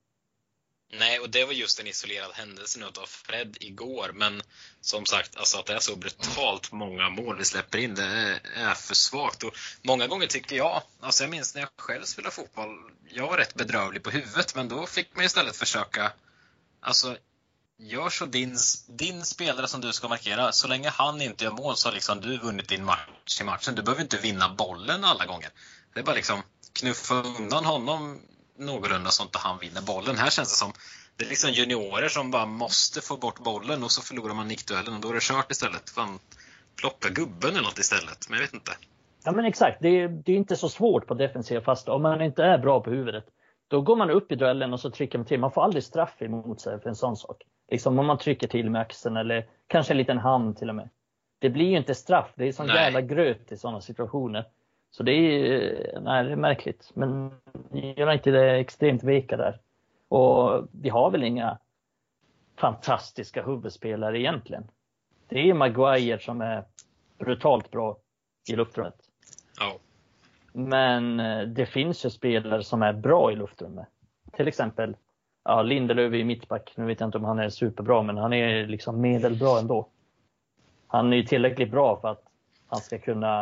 Nej, och det var just en isolerad händelse nu av Fred igår. Men som sagt, alltså att det är så brutalt många mål vi släpper in, det är för svagt. Och många gånger tycker jag, alltså jag minns när jag själv spelade fotboll, jag var rätt bedrövlig på huvudet. Men då fick man istället försöka, alltså gör så din spelare som du ska markera, så länge han inte gör mål så har liksom du vunnit din match i matchen. Du behöver inte vinna bollen alla gånger. Det är bara liksom knuffa undan honom någorlunda så inte han vinner bollen. Här känns det som det är liksom juniorer som bara måste få bort bollen och så förlorar man nickduellen och då är det kört istället. Fan, plocka gubben eller något istället. Men jag vet inte. Ja, men exakt. Det är inte så svårt på defensiva fasta. Om man inte är bra på huvudet, då går man upp i duellen och så trycker man till. Man får aldrig straff emot sig för en sån sak. Liksom om man trycker till med axeln eller kanske en liten hand till och med. Det blir ju inte straff. Det är sån jävla gröt i sådana situationer. Så det är märkligt. Men United är extremt veka där. Och vi har väl inga fantastiska huvudspelare egentligen. Det är Maguire som är brutalt bra i luftrummet. Ja. Men det finns ju spelare som är bra i luftrummet. Till exempel Lindelöf i mittback. Nu vet jag inte om han är superbra, men han är liksom medelbra ändå. Han är ju tillräckligt bra för att han ska kunna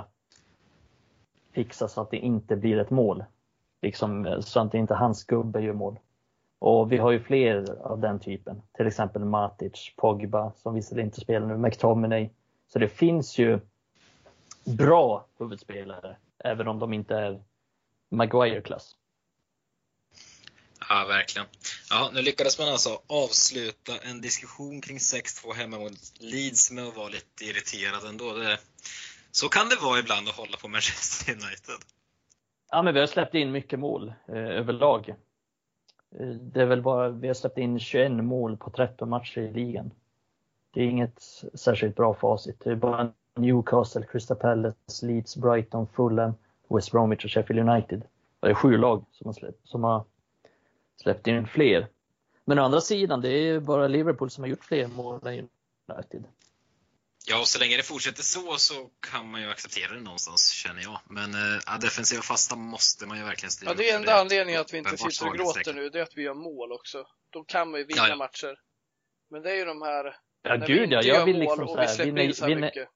fixa så att det inte blir ett mål. Liksom, så att det inte hans gubbe gör mål. Och vi har ju fler av den typen. Till exempel Matic, Pogba, som visserligen inte spelar nu, McTominay. Så det finns ju bra huvudspelare, även om de inte är Maguire-klass. Ja, verkligen. Ja, nu lyckades man alltså avsluta en diskussion kring 6-2 hemma mot Leeds med att vara lite irriterad ändå. Så kan det vara ibland att hålla på Manchester United. Ja, men vi har släppt in mycket mål överlag. Det är väl bara, vi har släppt in 21 mål på 13 matcher i ligan. Det är inget särskilt bra facit. Det är bara Newcastle, Crystal Palace, Leeds, Brighton, Fulham, West Bromwich och Sheffield United. Det är 7 lag som har släppt in fler. Men å andra sidan, det är bara Liverpool som har gjort fler mål än United. Ja, och så länge det fortsätter så kan man ju acceptera det någonstans, känner jag. Men defensiva fasta måste man ju verkligen styra. Ja, det är enda anledningen att vi inte sitter och gråter nu, det är att vi gör mål också. Då kan vi vinna matcher. Men det är ju de här, när vi inte gör mål liksom och vi släpper in så mycket.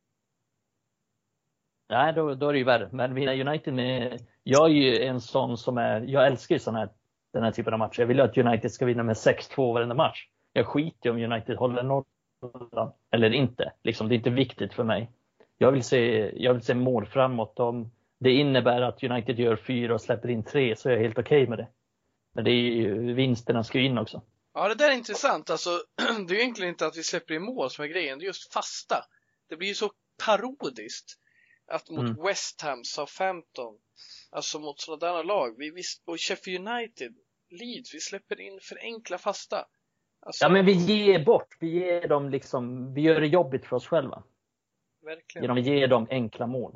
Nej, då är det ju värre. Men vinna United med, jag är ju en sån som jag älskar ju den här typen av matcher. Jag vill ju att United ska vinna med 6-2 varenda match. Jag skiter om United håller 0 eller inte. Liksom, det är inte viktigt för mig. Jag vill se mål framåt. Om det innebär att United gör 4 och släpper in 3 så är jag helt okej med det. Men det är ju, vinsterna ska in också. Ja, det där är intressant. Alltså, det är ju egentligen inte att vi släpper in mål som är grejen. Det är just fasta. Det blir ju så parodiskt att mot West Ham, Southampton, alltså mot sådana lag, och Sheffield United, Leeds, vi släpper in för enkla fasta. Alltså, Ja, men vi ger dem liksom, vi gör det jobbigt för oss själva. Verkligen. Genom att ge dem enkla mål.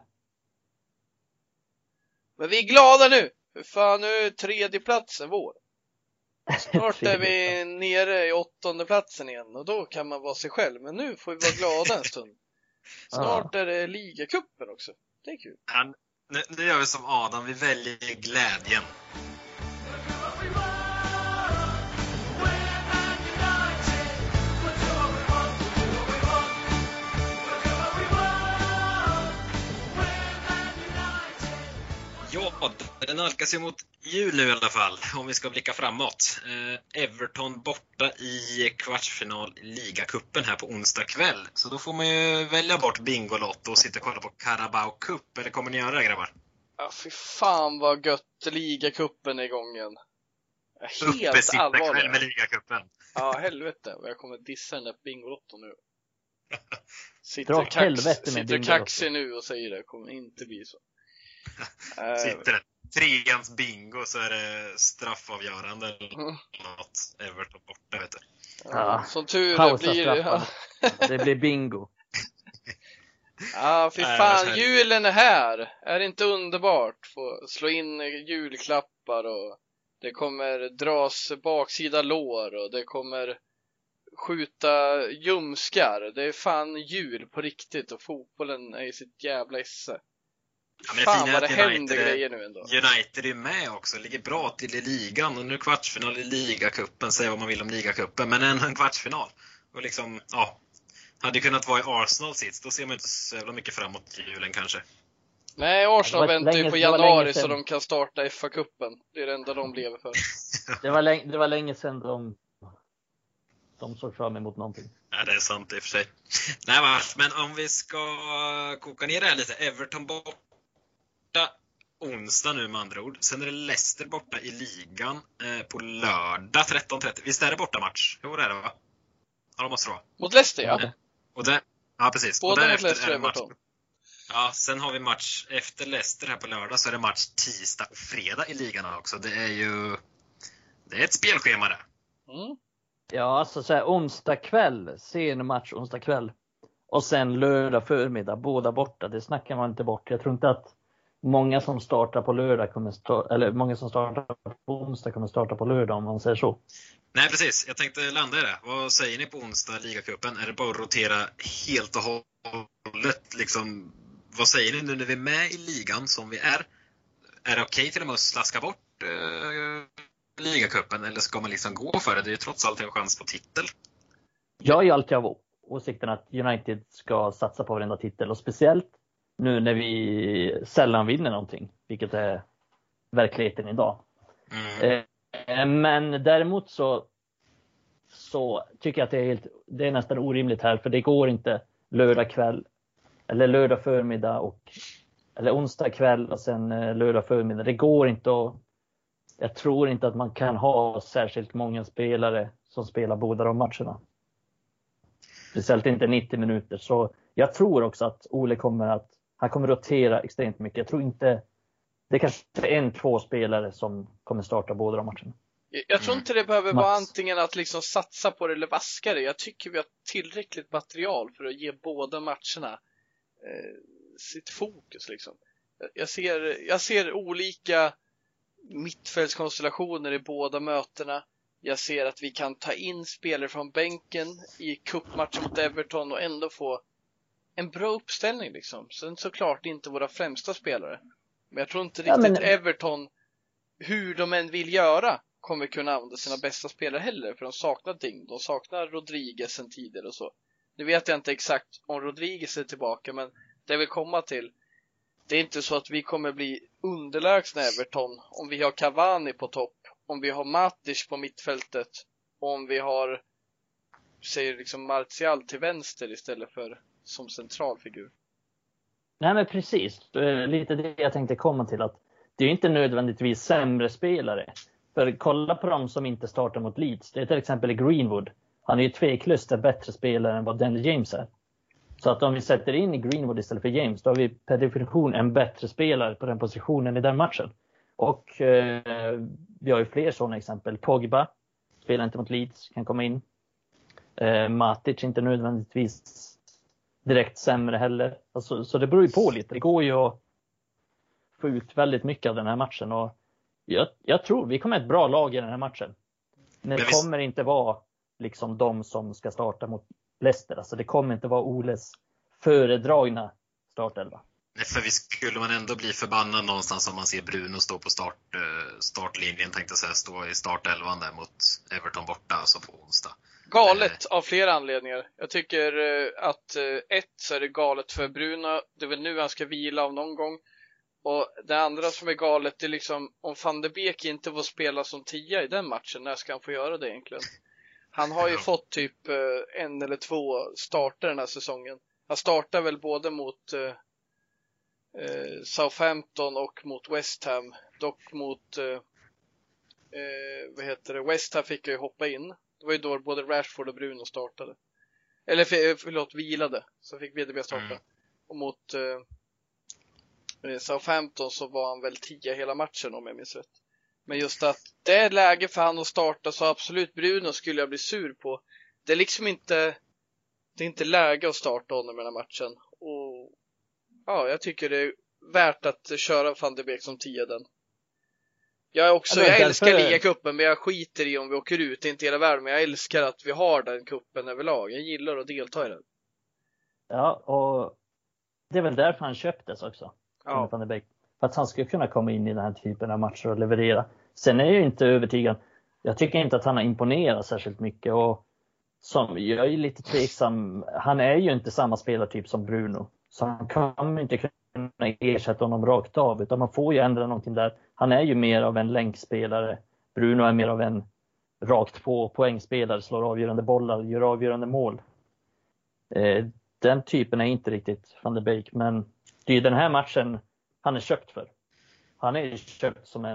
Men vi är glada nu. För fan, nu är 3:e platsen vår. Snart är vi nere i 8:e platsen igen och då kan man vara sig själv. Men nu får vi vara glada en stund. Snart är det ligacupen också. Det är kul. Ja, nu gör vi som Adam, vi väljer glädjen. Ja, den nalkas ju mot jul nu i alla fall, om vi ska blicka framåt. Everton borta i kvartsfinal i ligacupen här på onsdag kväll. Så då får man ju välja bort Bingolotto och sitta och kolla på Carabao Cup. Eller kommer ni göra det, grabbar? Ja, fy fan vad gött ligacupen är igång igen. Helt allvarligt. Kväll med ligacupen. Ja, helvete. Jag kommer dissa den där Bingolotto nu. Sitter kaxig nu och säger det. Kommer inte bli så. Sitter det 3:ans bingo så är det straffavgörande eller något. Everton borta, vet du. Ja, som tur det blir det blir bingo. Ja, fy fan, julen är här. Är det inte underbart? Få slå in julklappar och det kommer dras baksida lår och det kommer skjuta ljumskar. Det är fan jul på riktigt och fotbollen är i sitt jävla esse. Ja, men fan vad det händer grejer nu ändå. United är med också, ligger bra till i ligan och nu kvartsfinal i ligacupen, säger vad man vill om ligacupen, men en kvartsfinal. Och liksom, ja, hade kunnat vara i Arsenal sist, då ser man inte så jävla mycket framåt till julen kanske. Nej, Arsenal väntar ju på januari så de kan starta FA-cupen. Det är det enda de lever för. Det var länge sedan de såg fram emot någonting. Ja, det är sant i och för sig. Nej, men om vi ska koka ner det här lite. Everton borta onsdag nu med andra ord. Sen är det Leicester borta i ligan på lördag 13:30. Visst är det borta match? Jo, det är det, va? Ja, det måste det vara. Mot Leicester, ja. Och det, ja, precis. Båda och mot Leicester är match. Ja, sen har vi match efter Leicester här på lördag, så är det match tisdag och fredag i ligan också. Det är ett spelschema det. Mm. Ja, alltså så här, onsdag kväll, sen match onsdag kväll. Och sen lördag förmiddag, båda borta. Det snackar man inte bort. Jag tror inte att många som startar på lördag många som startar på onsdag kommer starta på lördag, om man säger så. Nej, precis. Jag tänkte landa i det. Vad säger ni på onsdag ligacupen? Är det bara att rotera helt och hållet? Liksom, vad säger ni nu när vi är med i ligan som vi är? Är det okej till och med att slaska bort ligacupen? Eller ska man liksom gå för det? Det är ju trots allt en chans på titel. Jag är ju alltid av åsikten att United ska satsa på varenda titel. Och speciellt nu när vi sällan vinner någonting. Vilket är verkligheten idag. Men däremot så tycker jag att det är nästan orimligt här. För det går inte lördag kväll eller lördag förmiddag eller onsdag kväll och sen lördag förmiddag. Det går inte att, jag tror inte att man kan ha särskilt många spelare som spelar båda de matcherna. Speciellt inte 90 minuter. Så jag tror också att Ole han kommer rotera extremt mycket. Jag tror inte, det är kanske 1-2 spelare som kommer starta båda de matcherna. Jag tror inte det behöver vara antingen att liksom satsa på det eller vaska det. Jag tycker vi har tillräckligt material för att ge båda matcherna sitt fokus liksom. Jag ser olika mittfältskonstellationer i båda mötena. Jag ser att vi kan ta in spelare från bänken i cupmatchen mot Everton och ändå få en bra uppställning liksom. Sen såklart inte våra främsta spelare. Men jag tror inte riktigt Everton, hur de än vill göra, kommer kunna använda sina bästa spelare heller. För de saknar ting. De saknar Rodriguez sen tidigare och så. Nu vet jag inte exakt om Rodriguez är tillbaka, men det vill komma till. Det är inte så att vi kommer bli underlägsna Everton om vi har Cavani på topp, om vi har Matic på mittfältet, om vi har ser liksom Martial till vänster istället för som central figur. Nej men precis, lite det jag tänkte komma till, att det är inte nödvändigtvis sämre spelare. För kolla på dem som inte startar mot Leeds. Det är till exempel Greenwood. Han är ju tveklöst en bättre spelare än vad Daniel James är. Så att om vi sätter in i Greenwood istället för James, då har vi per definition en bättre spelare på den positionen i den matchen. Och vi har ju fler sådana exempel. Pogba spelar inte mot Leeds, kan komma in. Matic inte nödvändigtvis direkt sämre heller. Alltså, så det beror ju på lite. Det går ju att få ut väldigt mycket av den här matchen. Och jag tror vi kommer ett bra lag i den här matchen. Men det kommer inte vara liksom de som ska starta mot Leicester. Alltså det kommer inte vara Oles föredragna startelva. Nej, för vi skulle man ändå bli förbannad någonstans om man ser Bruno stå på startlinjen, tänkte jag säga, stå i startelvan där mot Everton borta, alltså på onsdag. Galet av flera anledningar. Jag tycker att så är det galet för Bruno. Det är väl nu han ska vila av någon gång. Och det andra som är galet är liksom, om Van de Beek inte får spela som 10 i den matchen, när ska han få göra det egentligen? Han har ju fått typ 1 eller 2 starter den här säsongen. Han startar väl både mot Southampton och mot West Ham. Dock mot West Ham fick ju hoppa in. Det var ju då både Rashford och Bruno startade. Eller vilade. Så fick VDB starta. Och mot Southampton så var han väl 10 hela matchen om jag minns rätt. Men just att det är läge för han att starta, så absolut Bruno skulle jag bli sur på. Det är liksom inte, det är inte läge att starta honom i den här matchen. Och ja, jag tycker det är värt att köra Van de Beek som 10 den. Jag älskar ligacupen, men jag skiter i om vi åker ut, inte hela världen, men jag älskar att vi har den kuppen överlag. Jag gillar att delta i den. Ja, och det är väl därför han köptes också. Ja. Van de Beek. För att han skulle kunna komma in i den här typen av matcher och leverera. Sen är jag ju inte övertygad. Jag tycker inte att han har imponerat särskilt mycket. Och jag är lite tveksam. Han är ju inte samma spelartyp som Bruno. Så han kan inte kunna ersätta honom rakt av. Utan man får ju ändra någonting där. Han är ju mer av en länkspelare. Bruno är mer av en rakt på poängspelare. Slår avgörande bollar, gör avgörande mål. Den typen är inte riktigt Van de Beek. Men det är ju den här matchen han är köpt för. Han är köpt som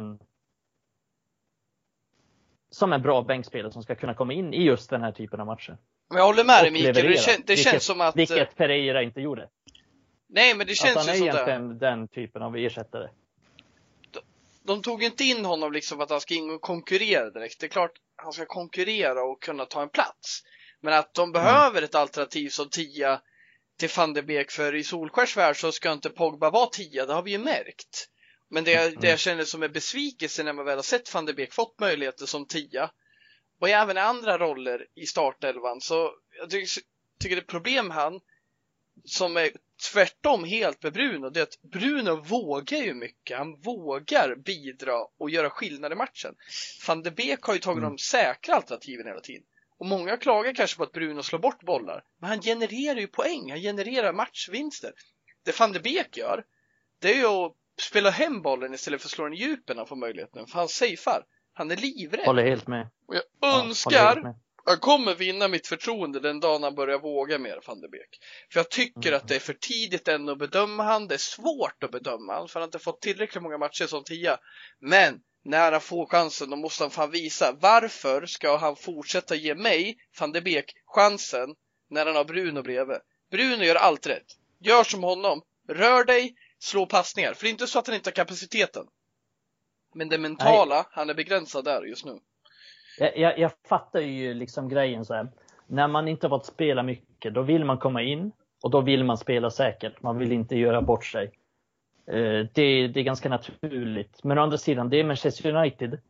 en bra bänkspelare som ska kunna komma in i just den här typen av matcher. Men jag håller med dig, Mikael. Det känns som att... Vilket Pereira inte gjorde. Nej, men det känns att han ju är sådär. egentligen den typen av ersättare. De tog inte in honom liksom för att han ska in och konkurrera direkt. Det är klart han ska konkurrera och kunna ta en plats. Men att de behöver ett alternativ som 10 till Van de Beek, för i Solskjärs värld så ska inte Pogba vara 10, det har vi ju märkt. Men det jag känner som är besvikelse när man väl har sett Van de Beek fått möjligheter som 10 och även i andra roller i startelvan, så jag tycker det är problem han som är tvärtom helt med Bruno, det är att Bruno vågar ju mycket, han vågar bidra och göra skillnad i matchen. Van de Beek har ju tagit de säkra alternativen hela tiden. Och många klagar kanske på att Bruno slår bort bollar. Men han genererar ju poäng. Han genererar matchvinster. Det Van de Beek gör, det är ju att spela hem bollen istället för att slå den i djupen när han får möjligheten. För han safear. Han är livrädd. Håller helt med. Och jag önskar han kommer vinna mitt förtroende den dagen han börjar våga mer, Van de Beek. För jag tycker att det är för tidigt än att bedöma han. Det är svårt att bedöma han, för han har inte fått tillräckligt många matcher som 10. Men när han får chansen, då måste han fan visa. Varför ska han fortsätta ge mig, Van de Beek, chansen när han har Bruno bredvid? Bruno gör allt rätt. Gör som honom. Rör dig, slå passningar. För det är inte så att han inte har kapaciteten. Men det mentala, han är begränsad där just nu. Jag fattar ju liksom grejen så här. När man inte har fått spela mycket, då vill man komma in. Och då vill man spela säkert. Man vill inte göra bort sig. Det är ganska naturligt. Men å andra sidan, det är Manchester United.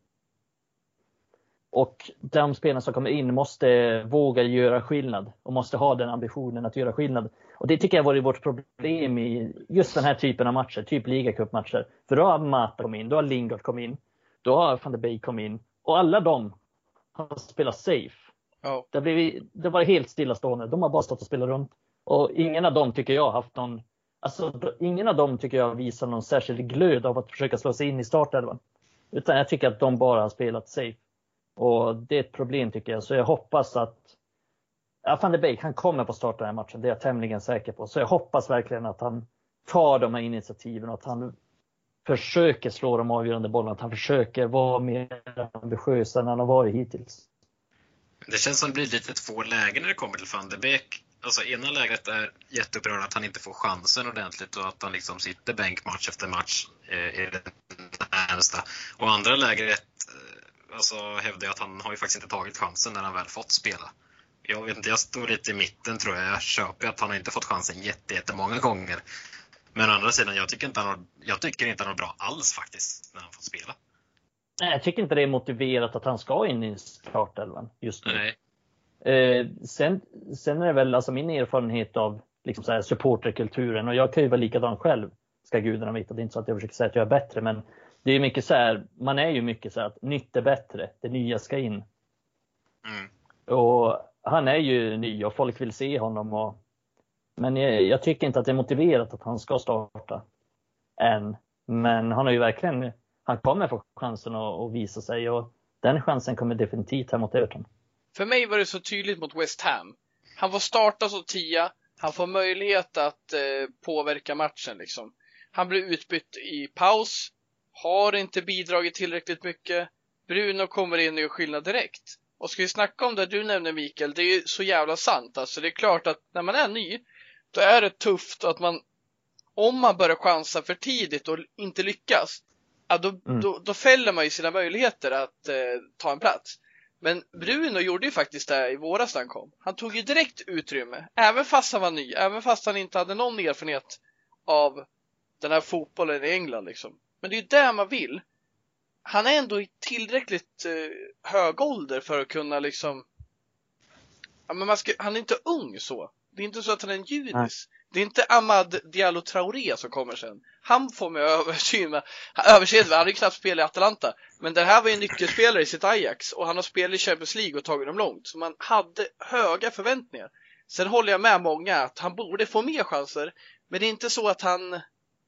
Och de spelarna som kommer in måste våga göra skillnad. Och måste ha den ambitionen att göra skillnad. Och det tycker jag var vårt problem i just den här typen av matcher. Typ ligacupmatcher. För då har Mata kommit in, då har Lingard kommit in. Då har Van de Beek kommit in. Och alla de har spelat safe. Oh. Det var helt stillastående. De har bara stått och spelat runt. Och ingen av dem tycker jag har haft någon... Alltså, ingen av dem tycker jag visar någon särskild glöd av att försöka slå sig in i startelvan. Utan jag tycker att de bara har spelat safe. Och det är ett problem tycker jag. Så jag hoppas att Van de Beek, han kommer på starta den här matchen. Det är jag tämligen säker på. Så jag hoppas verkligen att han tar de här initiativen och att han försöker slå de avgörande bollarna. Att han försöker vara mer ambitiös än han har varit hittills. Det känns som det blir lite två lägen när det kommer till Van de Beek. Alltså ena läget är jätteupprörande att han inte får chansen ordentligt och att han liksom sitter bänk match efter match i det närmsta. Och andra läget alltså hävdar jag att han har ju faktiskt inte tagit chansen när han väl fått spela. Jag vet inte, jag står lite i mitten tror jag. Jag köper att han har inte fått chansen jättemånga gånger. Men å andra sidan, jag tycker inte han är bra alls faktiskt när han får spela. Nej, jag tycker inte det är motiverat att han ska in i startelvan just nu. Nej. Sen är det väl alltså min erfarenhet av liksom så här supporterkulturen, och jag kan ju vara likadan själv, ska gudarna veta. Det är inte så att jag försöker säga att jag är bättre, men det är mycket så här, man är ju mycket så här att nytt är bättre, det nya ska in. Och han är ju ny och folk vill se honom, men jag tycker inte att det är motiverat att han ska starta än. Men han har ju verkligen, han kommer få chansen att visa sig, och den chansen kommer definitivt här mot Everton. För mig var det så tydligt mot West Ham. Han får starta som 10. Han får möjlighet att påverka matchen liksom. Han blir utbytt i paus. Har inte bidragit tillräckligt mycket. Bruno kommer in och gör skillnad direkt. Och ska vi snacka om det du nämnde, Mikael, det är ju så jävla sant. Alltså det är klart att när man är ny, då är det tufft att om man börjar chansa för tidigt och inte lyckas, ja, då fäller man ju sina möjligheter att ta en plats. Men Bruno gjorde ju faktiskt det i våras när han kom. Han tog ju direkt utrymme, även fast han var ny, även fast han inte hade någon erfarenhet av den här fotbollen i England liksom. Men det är ju det man vill. Han är ändå i tillräckligt hög ålder för att kunna liksom, ja, men han är inte ung så. Det är inte så att han är en judis. Nej. Det är inte Amad Diallo Traoré som kommer sen. Han får mig överseende. Han har ju knappt spelat i Atalanta. Men det här var ju en nyckelspelare i sitt Ajax. Och han har spelat i Champions League och tagit dem långt. Så man hade höga förväntningar. Sen håller jag med många att han borde få mer chanser. Men det är inte så att han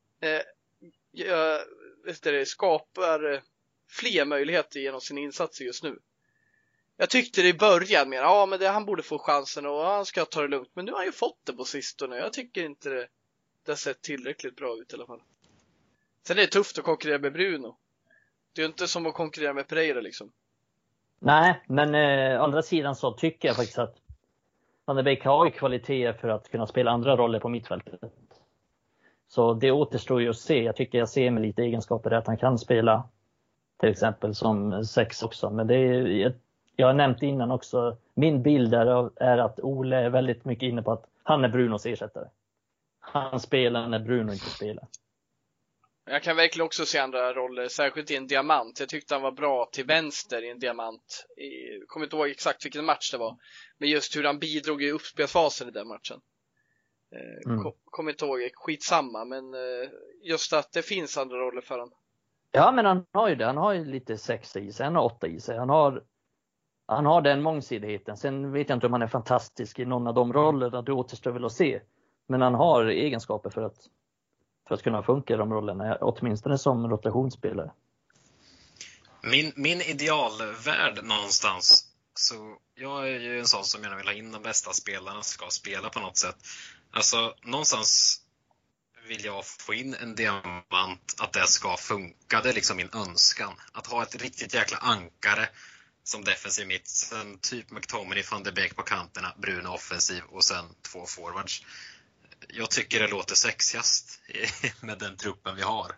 skapar fler möjligheter genom sina insatser just nu. Jag tyckte det i början men han borde få chansen och han ska ta det lugnt. Men nu har han ju fått det på sistone. Jag tycker inte det har sett tillräckligt bra ut i alla fall. Sen är det tufft att konkurrera med Bruno. Det är ju inte som att konkurrera med Pereira liksom. Nej, men andra sidan så tycker jag faktiskt att Van de Beek har ju kvaliteter för att kunna spela andra roller på mittfältet. Så det återstår ju att se. Jag tycker jag ser med lite egenskaper att han kan spela till exempel som 6 också. Men det är, jag har nämnt innan också, min bild är att Ole är väldigt mycket inne på att han är Brunos ersättare. Han spelar när Bruno inte spelar. Jag kan verkligen också se andra roller, särskilt i en diamant. Jag tyckte han var bra till vänster i en diamant. Jag kommer inte ihåg exakt vilken match det var. Men just hur han bidrog i uppspelsfasen i den matchen. Kommer inte ihåg, skitsamma. Men just att det finns andra roller för honom. Ja, men han har ju det. Han har ju lite 6 i sig, han har 8 i sig. Han har den mångsidigheten. Sen vet jag inte om han är fantastisk i någon av de rollerna, det återstår väl att se. Men han har egenskaper för att kunna funka i de rollerna, åtminstone som rotationsspelare. Min idealvärld någonstans, så jag är ju en sån som gärna vill ha in de bästa spelarna, ska spela på något sätt. Alltså någonstans vill jag få in en diamant, att det ska funka. Det är liksom min önskan. Att ha ett riktigt jäkla ankare som defensiv mitt. Sen typ McTominay, Van de Beek på kanterna, Bruno offensiv och sen 2 forwards. Jag tycker det låter sexigast med den truppen vi har.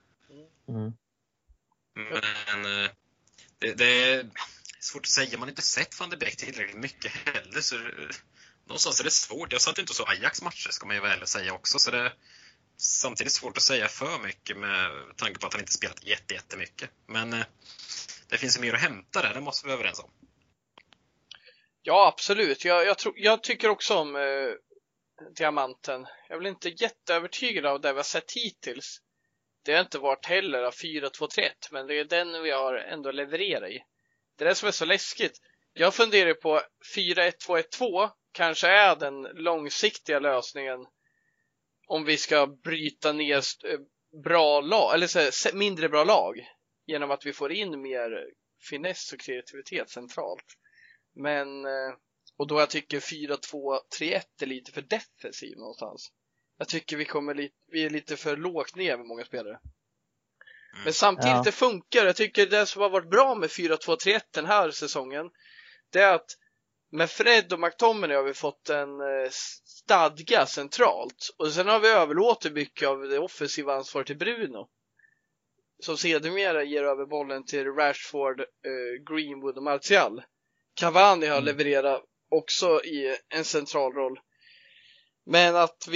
Men det är svårt att säga. Man har inte sett Van de Beek tillräckligt mycket heller. Så någonstans är det svårt. Jag satt inte så Ajax matcher, ska man ju väl säga också. Så det är samtidigt svårt att säga för mycket med tanke på att han inte spelat jättemycket. Men det finns ju mer att hämta där, det måste vi vara överens om. Ja, absolut. Jag tycker också om diamanten. Jag blir inte jätteövertygad av det vi har sett hittills. Det har inte varit heller av 4-2-3-1, men det är den vi har ändå levererat i. Det är det som är så läskigt. Jag funderar på 4-1-2-1-2 kanske är den långsiktiga lösningen om vi ska bryta ner bra lag, eller så, mindre bra lag, genom att vi får in mer finess och kreativitet centralt. Men Och då jag tycker 4-2-3-1 är lite för defensiv någonstans. Jag tycker vi är lite för lågt ner med många spelare. Men samtidigt det funkar. Jag tycker det som har varit bra med 4-2-3-1 den här säsongen, det är att med Fred och McTominay har vi fått en stadga centralt. Och sen har vi överlåtit mycket av det offensiva ansvaret till Bruno, som sedermera ger över bollen till Rashford, Greenwood och Martial. Cavani har levererat också i en central roll. Men att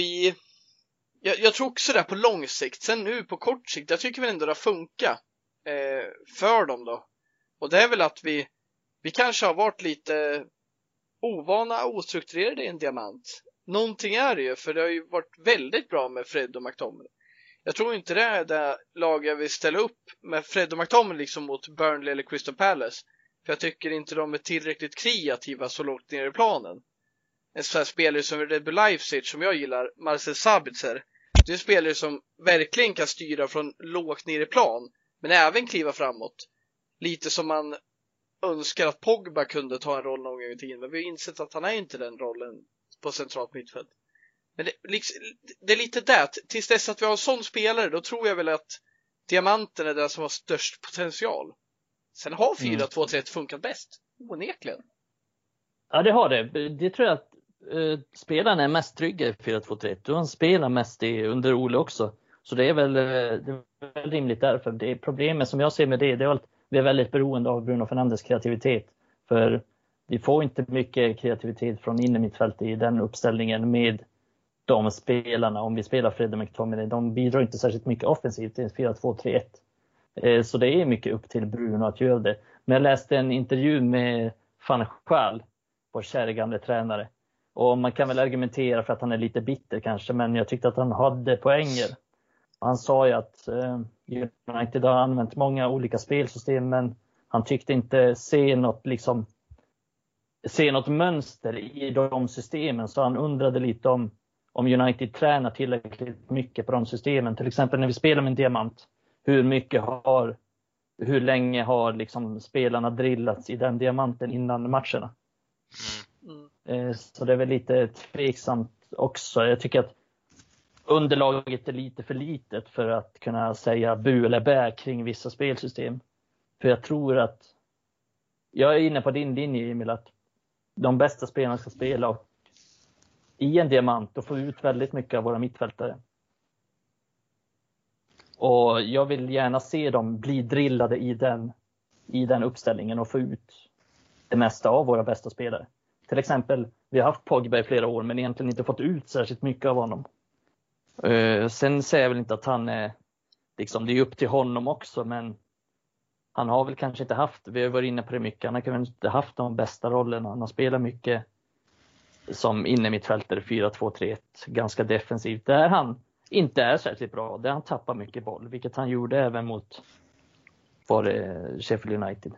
jag tror också det på lång sikt. Sen nu på kort sikt, jag tycker väl ändå det funkar för dem då. Och det är väl att vi kanske har varit lite ovana och ostrukturerade i en diamant. Någonting är det ju, för det har ju varit väldigt bra med Fred och McTominay. Jag tror inte det är det lag jag vill ställa upp med Fred och McTominay liksom mot Burnley eller Crystal Palace. För jag tycker inte de är tillräckligt kreativa så långt ner i planen. En sån här spelare som Red Bull Leipzig, som jag gillar, Marcel Sabitzer, det är en spelare som verkligen kan styra från lågt ner i plan, men även kliva framåt. Lite som man önskar att Pogba kunde ta en roll någon gång i tiden, men vi har insett att han är inte den rollen på centralt mittfält. Men det är lite det, tills dess att vi har en sån spelare, då tror jag väl att diamanten är den som har störst potential. Sen har 4-2-3-1 funkat bäst, onekligen. Ja, det har det. Det tror jag att spelarna är mest trygga i 4-2-3-1. Och han spelar mest under Ole också. Så det är väl rimligt därför. Det problemet som jag ser med det är att vi är väldigt beroende av Bruno Fernandes kreativitet. För vi får inte mycket kreativitet från innermittfältet i den uppställningen med de spelarna. Om vi spelar Fred och McTominay, de bidrar inte särskilt mycket offensivt i 4-2-3-1. Så det är mycket upp till Bruno att göra det. Men jag läste en intervju med Van Gaal, vår kära gamla tränare. Och man kan väl argumentera för att han är lite bitter kanske, men jag tyckte att han hade poänger. Han sa ju att United har använt många olika spelsystem, men han tyckte inte se något mönster i de systemen. Så han undrade lite om United tränar tillräckligt mycket på de systemen. Till exempel när vi spelar med en diamant, hur länge har liksom spelarna drillats i den diamanten innan matcherna. Så det är väl lite tveksamt också. Jag tycker att underlaget är lite för litet för att kunna säga bu eller bä kring vissa spelsystem. För jag tror att jag är inne på din linje, Emil, att de bästa spelarna ska spela i en diamant och få ut väldigt mycket av våra mittfältare. Och jag vill gärna se dem bli drillade i den uppställningen och få ut det mesta av våra bästa spelare. Till exempel, vi har haft Pogba i flera år men egentligen inte fått ut särskilt mycket av honom. Sen säger jag väl inte att han är, liksom, det är upp till honom också, men han har väl kanske inte haft, vi har varit inne på det mycket, han har kanske inte haft de bästa rollerna. Han har spelat mycket som innermittfältare 4-2-3-1, ganska defensivt, där han inte är särskilt bra, där han tappar mycket boll, vilket han gjorde även mot Sheffield United.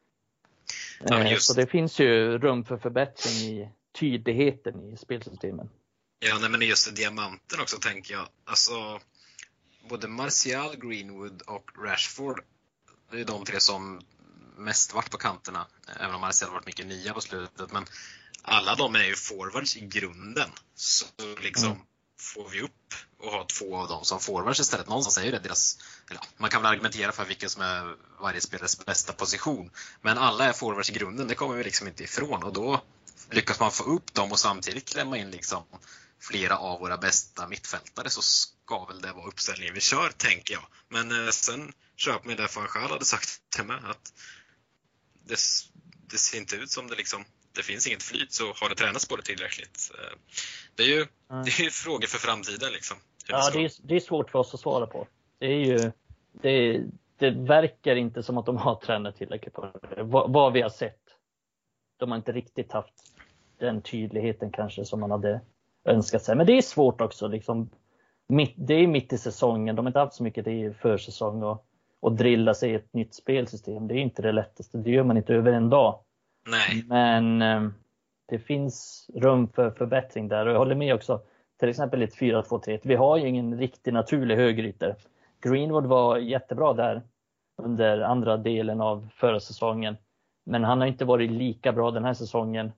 Så det finns ju rum för förbättring i tydligheten i spelsystemen. Ja, nej, men just diamanten också tänker jag. Alltså, både Martial, Greenwood och Rashford, det är de tre som mest varit på kanterna. Även om Martial har varit mycket nya på slutet. Men alla de är ju forwards i grunden. Så liksom får vi upp och ha två av dem som forwards istället. Någonstans är ju det deras, eller, man kan väl argumentera för vilken som är varje spelares bästa position. Men alla är forwards i grunden, det kommer vi liksom inte ifrån. Och då lyckas man få upp dem och samtidigt klämma in liksom flera av våra bästa mittfältare, så ska väl det vara uppställningen vi kör, tänker jag. Men sen köp med det Van Gaal hade sagt till mig, att det ser inte ut som det liksom, det finns inget flyt, så har det tränats på det tillräckligt. Det är ju frågor för framtiden liksom. Ja, det är svårt för oss att svara på. Det är ju det verkar inte som att de har tränat tillräckligt på det. Vad vi har sett. De har inte riktigt haft den tydligheten kanske som man hade önskat sig. Men det är svårt också liksom. Det är mitt i säsongen. De har inte haft så mycket i försäsong och drilla sig i ett nytt spelsystem. Det är inte det lättaste. Det gör man inte över en dag. Nej. Men det finns rum för förbättring där. Och jag håller med också. Till exempel ett 4-2-3-1. Vi har ju ingen riktigt naturlig högerytter. Greenwood var jättebra där under andra delen av förra säsongen. Men han har inte varit lika bra den här säsongen.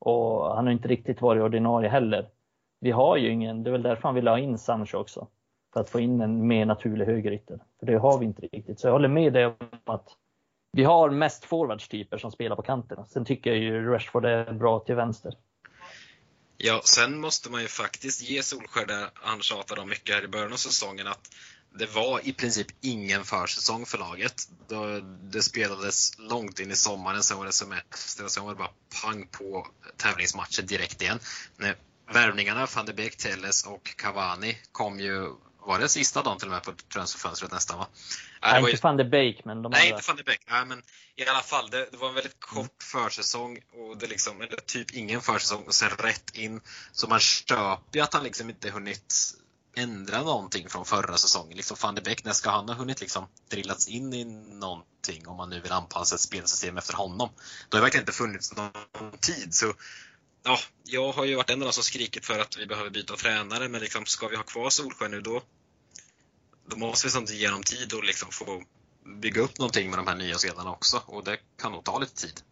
Och han har inte riktigt varit ordinarie heller. Vi har ju ingen, det är väl därför han vill ha in Sancho också. För att få in en mer naturlig högerytter. För det har vi inte riktigt. Så jag håller med dig om att vi har mest forwardstyper som spelar på kanterna. Sen tycker jag ju Rashford är bra till vänster. Ja, sen måste man ju faktiskt ge Solskjær där han tjatade om mycket här i början av säsongen att det var i princip ingen försäsong för laget. Det spelades långt in i sommaren, sen var det semester och sen var det bara pang på tävlingsmatcher direkt igen. När värvningarna Van de Beek, Telles och Cavani kom ju, var det sista dagen till och med på transferfönstret nästan, va? Nej, inte Van de Beek, men nej, inte Van de Beek. Nej, men i alla fall, det var en väldigt kort försäsong och det liksom, eller typ ingen försäsong och sen rätt in. Så man köper ju att han liksom inte hunnit ändra någonting från förra säsongen. Liksom Van de Beek, när ska han ha hunnit liksom drillats in i någonting om man nu vill anpassa ett spelsystem efter honom? Då har det verkligen inte funnits någon tid. Så ja, jag har ju varit en av de som skrikit för att vi behöver byta tränare, men liksom, ska vi ha kvar Solskjær nu då måste vi samtidigt ge dem tid och liksom få bygga upp någonting med de här nya spelarna också. Och det kan nog ta lite tid.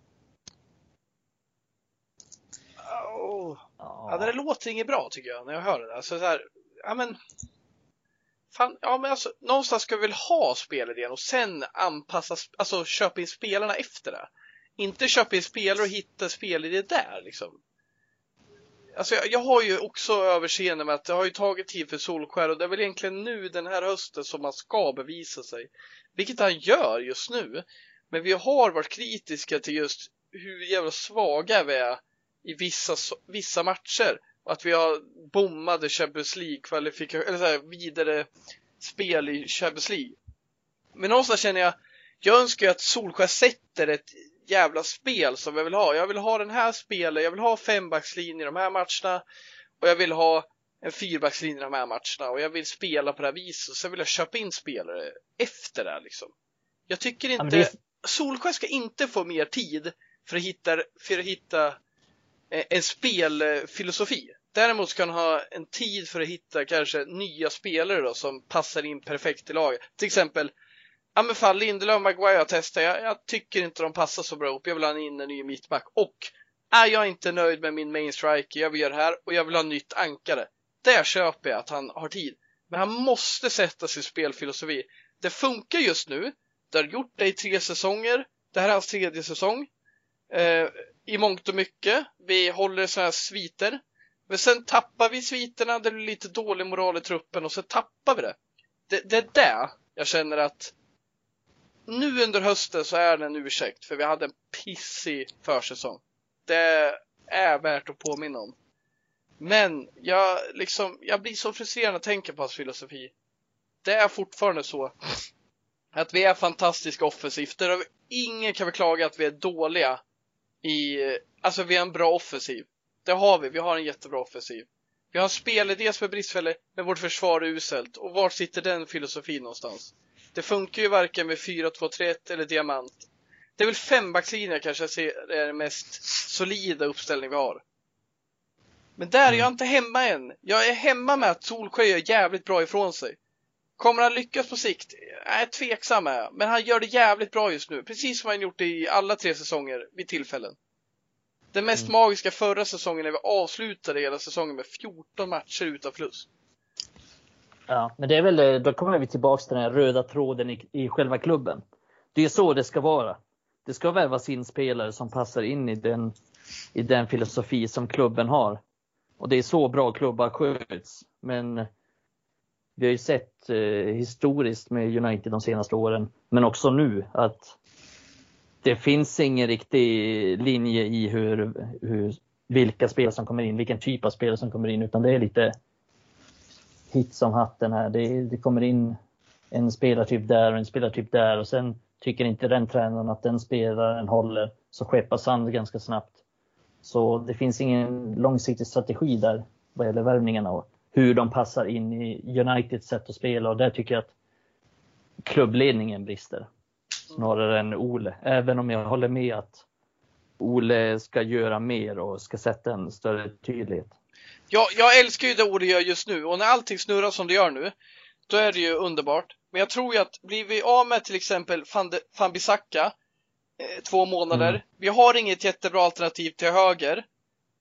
Ja, det låter inget bra tycker jag när jag hör det. Alltså så här, ja men fan, ja men alltså någonstans ska vi väl ha spelidén och sen anpassa, alltså köpa in spelarna efter det. Inte köpa in spelare och hitta spelidé där liksom. Alltså jag har ju också överseende med att det har ju tagit tid för Solskjær och det är väl egentligen nu den här hösten som man ska bevisa sig. Vilket han gör just nu. Men vi har varit kritiska till just hur jävla svaga vi är i vissa matcher. Och att vi har bommade Champions League eller så här, vidare spel i Champions League. Men någonstans känner jag önskar ju att Solskjær sätter ett jävla spel som jag vill ha. Jag vill ha den här spelen, jag vill ha 5-backslinjer i de här matcherna och jag vill ha en 4-backslinje i de här matcherna och jag vill spela på det här viset och så vill jag köpa in spelare efter det liksom. Jag tycker inte Solskjær ska inte få mer tid för att hitta en spelfilosofi. Däremot ska han ha en tid för att hitta kanske nya spelare då, som passar in perfekt i laget. Till exempel ja men fan Lindelöf och Maguire testar jag tycker inte de passar så bra upp. Jag vill ha in en ny mittback. Och är jag inte nöjd med min main striker, jag vill göra det här och jag vill ha nytt ankare. Där köper jag att han har tid. Men han måste sätta sin spelfilosofi. Det funkar just nu. Det har gjort det i 3 säsonger. Det här är hans 3:e säsong. I mångt och mycket. Vi håller såna här sviter. Men sen tappar vi sviterna. Det blir lite dålig moral i truppen och så tappar vi det. Det är där jag känner att nu under hösten så är det en ursäkt. För vi hade en pissig försäsong. Det är värt att påminna om. Men jag blir så frustrerad att tänka på hans filosofi. Det är fortfarande så att vi är fantastiska offensivt. Ingen kan beklaga att vi är dåliga alltså vi är en bra offensiv. Det har vi har en jättebra offensiv. Vi har en spelidé som är bristfällig, men vårt försvar är uselt. Och var sitter den filosofin någonstans? Det funkar ju varken med 4-2-3-1 eller diamant. Det är väl 5-backslinjer kanske jag ser är den mest solida uppställning vi har. Men där är jag inte hemma än. Jag är hemma med att Solskjær gör jävligt bra ifrån sig. Kommer han lyckas på sikt? Jag är tveksam med. Men han gör det jävligt bra just nu. Precis som han gjort i alla 3 säsonger vid tillfällen. Den mest magiska förra säsongen när vi avslutade hela säsongen med 14 matcher utan förlust. Ja, men det är väl, då kommer vi tillbaka till den här röda tråden i själva klubben. Det är så det ska vara. Det ska värva sin spelare som passar in i den filosofi som klubben har. Och det är så bra klubbar sköts. Men vi har ju sett historiskt med United de senaste åren, men också nu, att det finns ingen riktig linje i vilka spelare som kommer in, vilken typ av spelare som kommer in, utan det är lite hit som hatten här. Det kommer in en spelartyp där och en spelartyp där och sen tycker inte den tränaren att den spelaren håller, så skeppas han ganska snabbt. Så det finns ingen långsiktig strategi där vad gäller värvningarna och hur de passar in i Uniteds sätt att spela, och där tycker jag att klubbledningen brister snarare än Ole. Även om jag håller med att Ole ska göra mer och ska sätta en större tydlighet. Ja, jag älskar ju det Ole gör just nu, och när allting snurrar som det gör nu, då är det ju underbart. Men jag tror ju att blir vi av med till exempel Wan-Bissaka 2 månader, vi har inget jättebra alternativ till höger.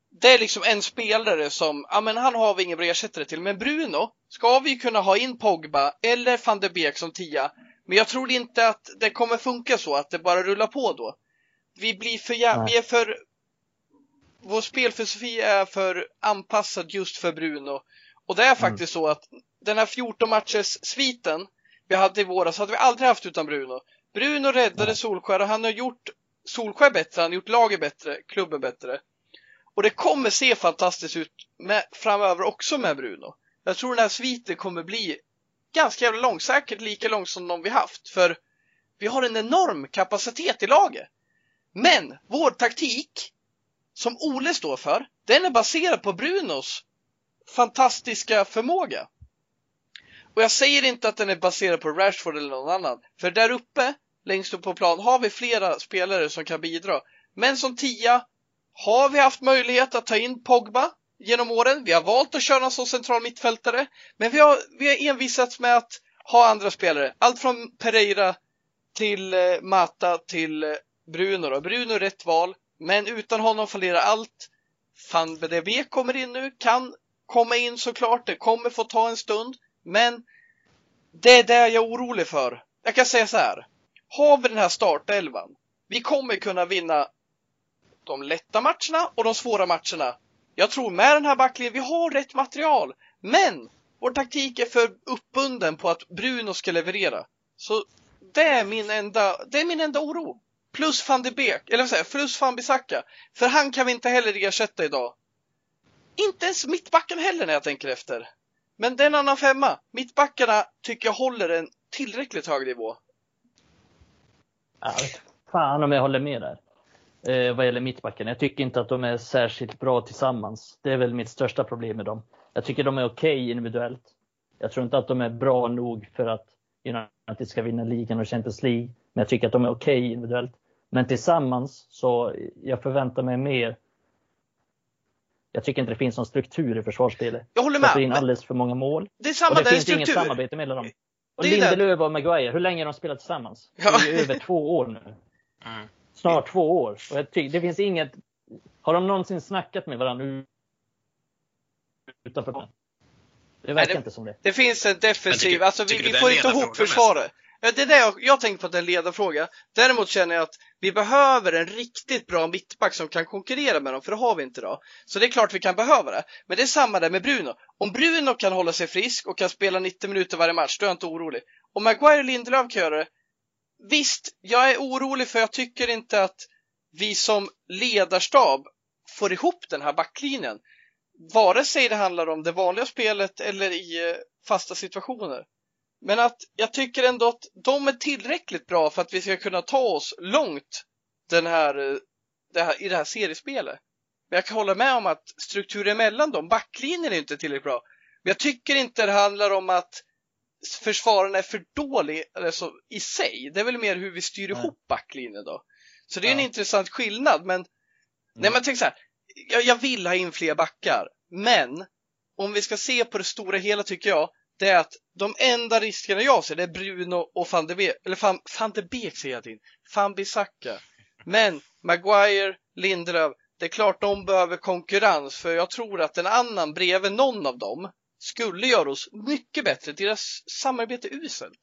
det är liksom en spelare som, ja men han har vi ingen bra ersättare till. Men Bruno ska vi kunna ha in Pogba eller Van de Beek som 10. Men jag tror inte att det kommer funka så att det bara rullar på då. Vi är för, vår spelfilosofi är för anpassad just för Bruno. Och det är faktiskt så att den här 14 matchers sviten vi hade i våras hade vi aldrig haft utan Bruno. Bruno räddade Solskär och han har gjort Solskär bättre, han har gjort laget bättre, klubben bättre. Och det kommer se fantastiskt ut framöver också med Bruno. Jag tror den här sviten kommer bli ganska jävla lång, säkert lika lång som de vi haft. För vi har en enorm kapacitet i laget. Men vår taktik, som Ole står för, den är baserad på Brunos fantastiska förmåga. Och jag säger inte att den är baserad på Rashford eller någon annan. För där uppe, längst upp på plan, har vi flera spelare som kan bidra. Men som 10 har vi haft möjlighet att ta in Pogba genom åren. Vi har valt att köra som central mittfältare. Men vi har envisats med att ha andra spelare. Allt från Pereira till Mata till Bruno då. Bruno är rätt val. Men utan honom fallerar allt. Van de Beek kommer in nu. Kan komma in såklart. Det kommer få ta en stund. Men det är det jag är orolig för. Jag kan säga så här. Har vi den här startelvan, vi kommer kunna vinna de lätta matcherna och de svåra matcherna. Jag tror med den här backlinjen, vi har rätt material. Men vår taktik är för uppbunden på att Bruno ska leverera. Så det är min enda oro. Plus Van de Beek, eller vad säger jag, plus Van Bissaka. För han kan vi inte heller ersätta idag. Inte ens mittbacken heller när jag tänker efter. Men den annan 5, mittbackarna tycker jag håller en tillräckligt hög nivå. Ja, fan om jag håller med där. Vad gäller mittbacken. Jag tycker inte att de är särskilt bra tillsammans. Det är väl mitt största problem med dem. Jag tycker de är okej individuellt. Jag tror inte att de är bra nog för att United ska vinna ligan och Champions League. Men jag tycker att de är okej individuellt. Men tillsammans så jag förväntar mig mer. Jag tycker inte det finns någon struktur i försvarsspelet. Jag håller med. Det in alldeles för många mål. Det är samma, och det finns struktur. Inget samarbete mellan dem. Och Lindelöf och Maguire, hur länge har de spelat tillsammans? Ja. Det är över 2 år nu. Snart 2 år. Och jag tycker, det finns inget... Har de någonsin snackat med varandra utanför planen? Det verkar inte som det. Det finns en defensiv... Alltså vi får inte ihop försvaret. Ja, det är det jag tänker på att det är en ledarfråga. Däremot känner jag att vi behöver en riktigt bra mittback som kan konkurrera med dem. För det har vi inte idag. Så det är klart vi kan behöva det. Men det är samma där med Bruno. Om Bruno kan hålla sig frisk och kan spela 90 minuter varje match, då är jag inte orolig. Om Maguire och Lindelöf kan göra det, visst, jag är orolig för jag tycker inte att vi som ledarstab får ihop den här backlinjen. Vare sig det handlar om det vanliga spelet eller i fasta situationer. Men att jag tycker ändå att de är tillräckligt bra för att vi ska kunna ta oss långt i det här seriespelet. Men jag kan hålla med om att strukturen mellan dem, backlinjen är inte tillräckligt bra. Men jag tycker inte det handlar om att försvaren är för dålig alltså, i sig. Det är väl mer hur vi styr ihop backlinjen då. Så det är en intressant skillnad. Men nej, man tänker så här, jag vill ha in fler backar. Men om vi ska se på det stora hela tycker jag, det är att de enda riskerna jag ser, det är Bruno och Van de Beek. Eller Van de Beek ser jag till. Van Bissaka. Men Maguire, Lindelöf, det är klart de behöver konkurrens. För jag tror att en annan bredvid någon av dem skulle göra oss mycket bättre. Deras samarbete är uselt.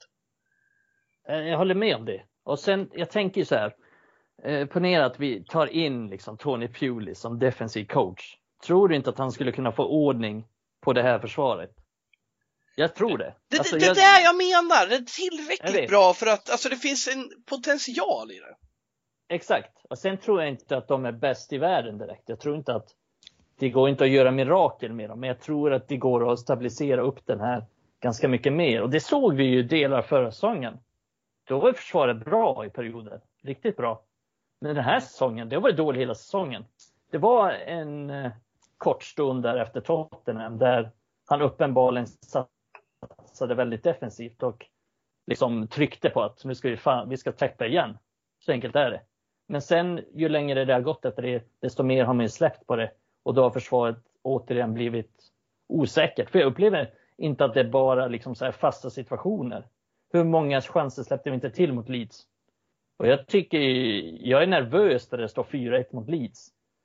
Jag håller med om det. Och sen, jag tänker så här. Ponera att vi tar in liksom Tony Pulis som defensiv coach. Tror du inte att han skulle kunna få ordning på det här försvaret? Jag tror det. Det är det jag menar. Det är tillräckligt bra för att alltså, det finns en potential i det. Exakt. Och sen tror jag inte att de är bäst i världen direkt. Jag tror inte att det går inte att göra mirakel med dem. Men jag tror att det går att stabilisera upp den här ganska mycket mer. Och det såg vi ju delar förra säsongen. Då var försvaret bra i perioder. Riktigt bra. Men den här säsongen, det var dåligt hela säsongen. Det var en kort stund där efter Tottenham där han uppenbarligen satsade väldigt defensivt och liksom tryckte på att nu ska vi ska täcka igen. Så enkelt är det. Men sen ju längre det har gått efter det, desto mer har man ju släppt på det. Och då har försvaret återigen blivit osäkert. För jag upplever inte att det är bara liksom så här fasta situationer. Hur många chanser släppte vi inte till mot Leeds? Och jag är nervös när det står 4-1 mot Leeds.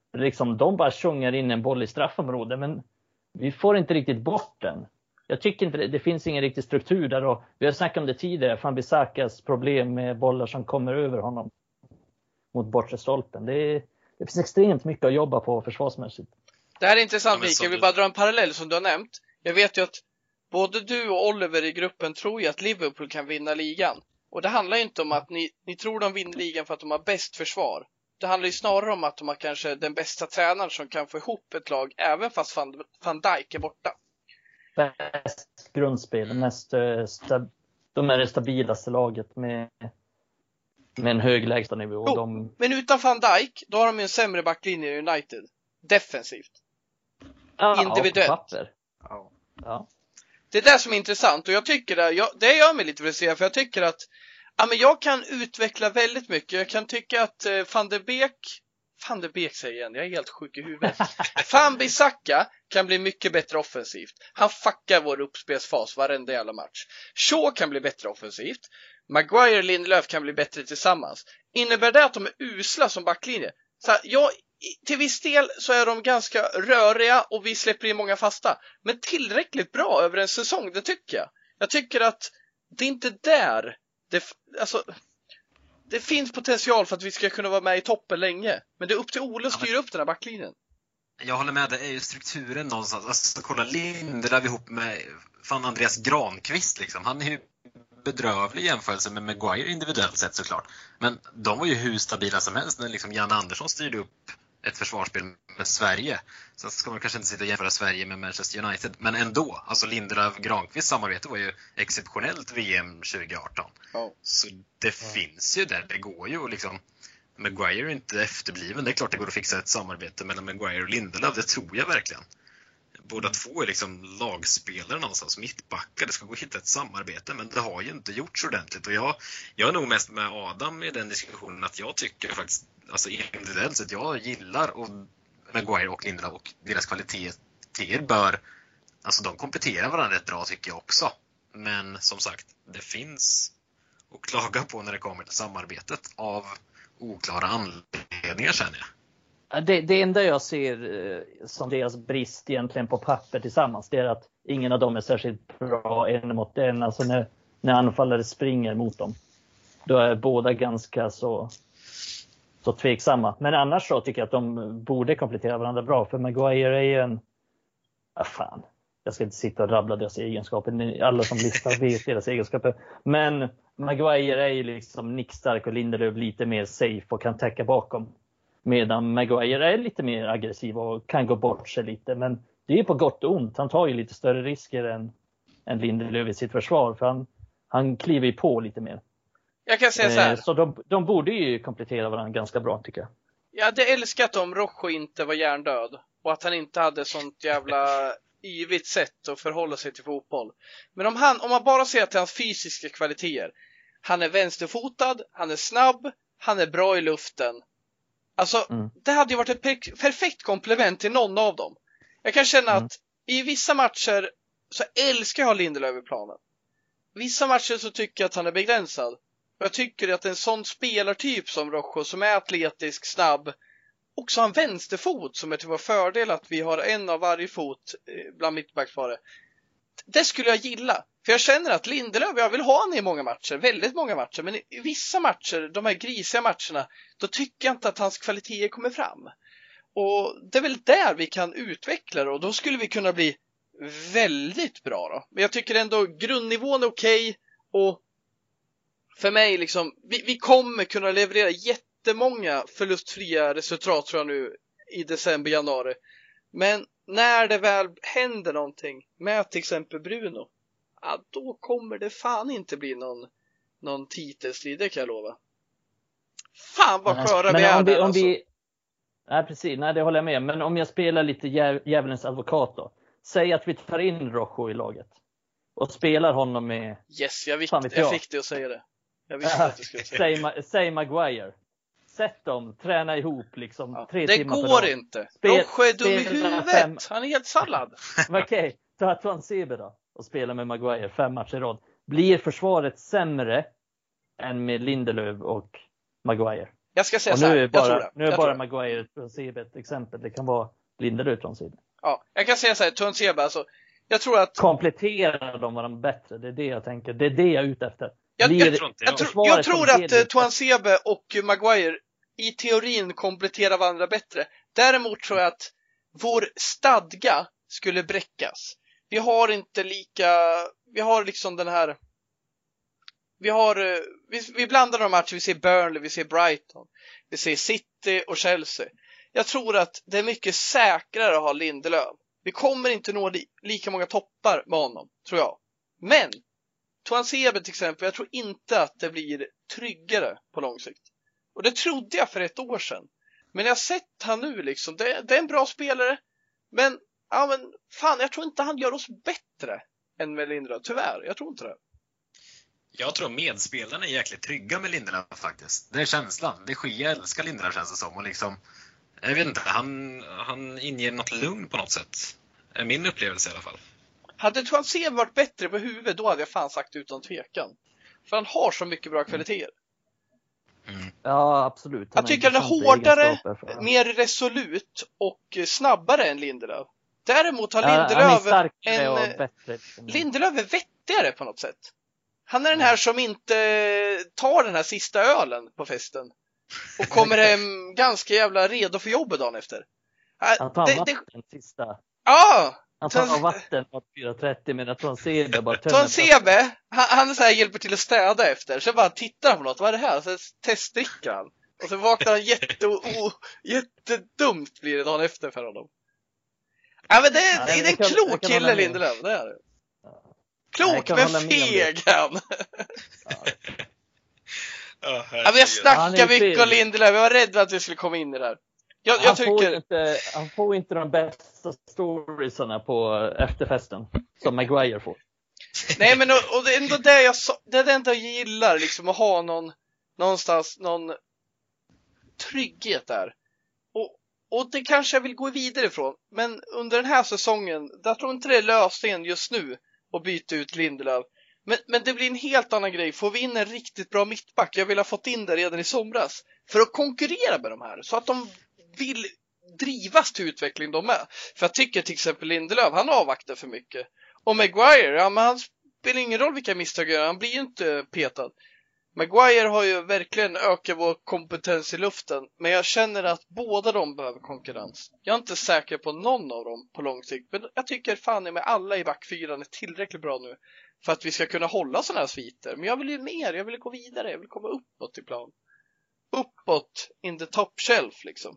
liksom, de bara sjunger in en boll i straffområdet, men vi får inte riktigt bort den. Jag tycker inte det finns ingen riktig struktur där, och vi har snackat om det tidigare, Wan-Bissakas problem med bollar som kommer över honom mot bortre stolpen. Det finns extremt mycket att jobba på försvarsmässigt. Det här är intressant, Mikael. Jag vill bara dra en parallell som du har nämnt. Jag vet ju att både du och Oliver i gruppen tror ju att Liverpool kan vinna ligan. Och det handlar ju inte om att ni tror de vinner ligan för att de har bäst försvar. Det handlar ju snarare om att de har kanske den bästa tränaren som kan få ihop ett lag även fast Van Dijk är borta. Bäst grundspel, de är det stabilaste laget med en hög lägsta nivå. Men utan Van Dijk, då har de ju en sämre backlinje i United. Defensivt. Individuellt. Ja. Det är det som är intressant, och jag tycker det gör mig lite frustrerad, för jag tycker att men jag kan utveckla väldigt mycket. Jag kan tycka att Van de Beek säger igen, jag är helt sjuk i huvudet. Wan-Bissaka kan bli mycket bättre offensivt. Han fuckar vår uppspelsfas varenda jävla match. Shaw kan bli bättre offensivt. Maguire och Lindelöf kan bli bättre tillsammans. Innebär det att de är usla som backlinje? Så här, till viss del så är de ganska röriga och vi släpper in många fasta. Men tillräckligt bra över en säsong, det tycker jag. Jag tycker att det är inte där. Det finns potential för att vi ska kunna vara med i toppen länge. Men det är upp till Ole att styra upp den här backlinjen. Jag håller med, det är ju strukturen någonstans. Alltså, kolla Lindelöf ihop med Andreas Granqvist liksom. Han är ju bedrövlig jämförelse med Maguire individuellt sett såklart. Men de var ju hur stabila som helst när liksom Jan Andersson styrde upp ett försvarsspel med Sverige. Så ska man kanske inte sitta och jämföra Sverige med Manchester United. Men ändå, alltså Lindelöf-Granqvist samarbete var ju exceptionellt VM 2018. Oh. Så det finns ju där, det går ju liksom. Maguire är inte efterbliven. Det är klart det går att fixa ett samarbete mellan Maguire och Lindelöf, det tror jag verkligen. Båda två är liksom lagspelare någonstans, mittbackar. Det ska gå att hitta ett samarbete, men det har ju inte gjorts ordentligt. Och jag är nog mest med Adam i den diskussionen att jag tycker faktiskt, alltså individuellt sett, jag gillar och Maguire och Lindelöf och deras kvaliteter bör, alltså de kompletterar varandra rätt bra tycker jag också. Men som sagt, det finns att klaga på när det kommer till samarbetet av oklara anledningar, känner jag. Det enda jag ser som deras brist egentligen på papper tillsammans, det är att ingen av dem är särskilt bra en mot en. Alltså när anfallare springer mot dem, då är båda ganska så tveksamma. Men annars så tycker jag att de borde komplettera varandra bra. För Maguire är ju en... jag ska inte sitta och rabbla deras egenskaper. Alla som listar vet deras egenskaper. Men Maguire är ju liksom nickstark och Lindelöf lite mer safe och kan täcka bakom. Medan Maguire är lite mer aggressiv och kan gå bort sig lite. Men det är på gott och ont. Han tar ju lite större risker än Lindelöf i sitt försvar. För han kliver ju på lite mer. Jag kan säga så här. Så de borde ju komplettera varandra ganska bra tycker jag. Jag hade älskat om Rojo inte var hjärndöd. Och att han inte hade sånt jävla yvigt sätt att förhålla sig till fotboll. Men om man bara ser till hans fysiska kvaliteter. Han är vänsterfotad, han är snabb, han är bra i luften. Alltså, det hade ju varit ett perfekt komplement till någon av dem. Jag kan känna att i vissa matcher så älskar jag Lindelöf i planen. Vissa matcher så tycker jag att han är begränsad. Och jag tycker att en sån spelartyp som Rojo, som är atletisk, snabb, också har en vänsterfot som är till vår fördel att vi har en av varje fot bland mittbacksparet. Det skulle jag gilla. För jag känner att Lindelöf, jag vill ha han i många matcher, väldigt många matcher. Men i vissa matcher, de här grisiga matcherna, då tycker jag inte att hans kvaliteter kommer fram. Och det är väl där vi kan utveckla det. Och då skulle vi kunna bli väldigt bra då. Men jag tycker ändå grundnivån är okej. Och för mig liksom, vi kommer kunna leverera jättemånga förlustfria resultat tror jag nu i december, januari. Men när det väl händer någonting med till exempel Bruno, ja, då kommer det fan inte bli någon titelstrid, det kan jag lova. Fan vad sköra vi är där alltså. Nej precis, nej det håller jag med. Men om jag spelar lite djävulens advokat då. Säg att vi tar in Rojo i laget. Och spelar honom med... Yes, jag fick det att säga det. Jag visste att du skulle säga det. Säg Maguire. Sätt dem, träna ihop liksom 3 timmar per dag. Det går inte. Rojo är dum i huvudet. Han är helt sallad. Okej, ta Tuan Sebe då. Och spela med Maguire 5 matcher i rad. Blir försvaret sämre än med Lindelöf och Maguire? Jag ska säga Och så här, nu är jag tror bara, det. nu är Jag bara tror det. Maguire Tuanzebe ett exempel. Det kan vara Lindelöf Tuanzebe. Ja, jag kan säga så här, Tuanzebe, alltså, jag tror att Kompletterar de varandra bättre? Det är det jag tänker. Det är det jag är ute efter. jag tror att Tuanzebe och Maguire i teorin kompletterar varandra bättre. Däremot tror jag att vår stadga skulle bräckas. Vi har inte lika, vi har liksom den här, vi blandar de matcher, vi ser Burnley, vi ser Brighton, vi ser City och Chelsea. Jag tror att det är mycket säkrare att ha Lindelöf. Vi kommer inte nå lika många toppar med honom, tror jag. Men Tuanzebe till exempel, jag tror inte att det blir tryggare på lång sikt. Och det trodde jag för ett år sedan. Men jag har sett han nu liksom, det är en bra spelare. Men, ja men, fan, jag tror inte han gör oss bättre än med Lindelöf, tyvärr. Jag tror inte det. Jag tror medspelarna är jäkligt trygga med Lindelöf faktiskt. Det är känslan. Det sker, jag älskar Lindelöf känns det som. Och liksom, jag vet inte, han inger något lugn på något sätt. Är min upplevelse i alla fall. Hade Tuanzebe varit bättre på huvudet, då hade jag fan sagt utan tvekan. För han har så mycket bra kvaliteter. Ja, absolut. Jag tycker han är hårdare, mer resolut och snabbare än Lindelöf. Däremot har Lindelöf är vettigare på något sätt. Han är den här som inte tar den här sista ölen på festen och kommer hem ganska jävla redo för jobbet dagen efter. Han tar vatten sista. Ja! Han tar vatten på 4.30 medan Tuanzebe bara Tuanzebe, han så här hjälper till att städa efter. Så bara tittar han på något, vad är det här? Så testdricker han. Och så vaknar han jättedumt blir det dagen efter för honom. Ja men det är en klok kille Lindelöf, det är det. Klok men feg han. Ja, men jag snackar mycket om Lindelöf. Jag var rädd att vi skulle komma in i det här. Han får inte de bästa storiesarna på efterfesten som Maguire får. Nej men och det är ändå det är det enda jag gillar liksom, att ha någon trygghet där. Och det kanske jag vill gå vidare ifrån. Men under den här säsongen, jag tror inte det är lösningen just nu att byta ut Lindelöf. Men det blir en helt annan grej. Får vi in en riktigt bra mittback, jag vill ha fått in det redan i somras, för att konkurrera med de här, så att de vill drivas till utveckling de är. För jag tycker till exempel Lindelöf, han avvaktar för mycket. Och Maguire, ja men han spelar ingen roll vilka misstag gör, han blir ju inte petad. Maguire har ju verkligen ökat vår kompetens i luften, men jag känner att båda de behöver konkurrens. Jag är inte säker på någon av dem på lång sikt, men jag tycker fan med alla i backfyran är tillräckligt bra nu för att vi ska kunna hålla sådana här sviter. Men jag vill ju mer, jag vill gå vidare, jag vill komma uppåt i plan. Uppåt in the top shelf liksom.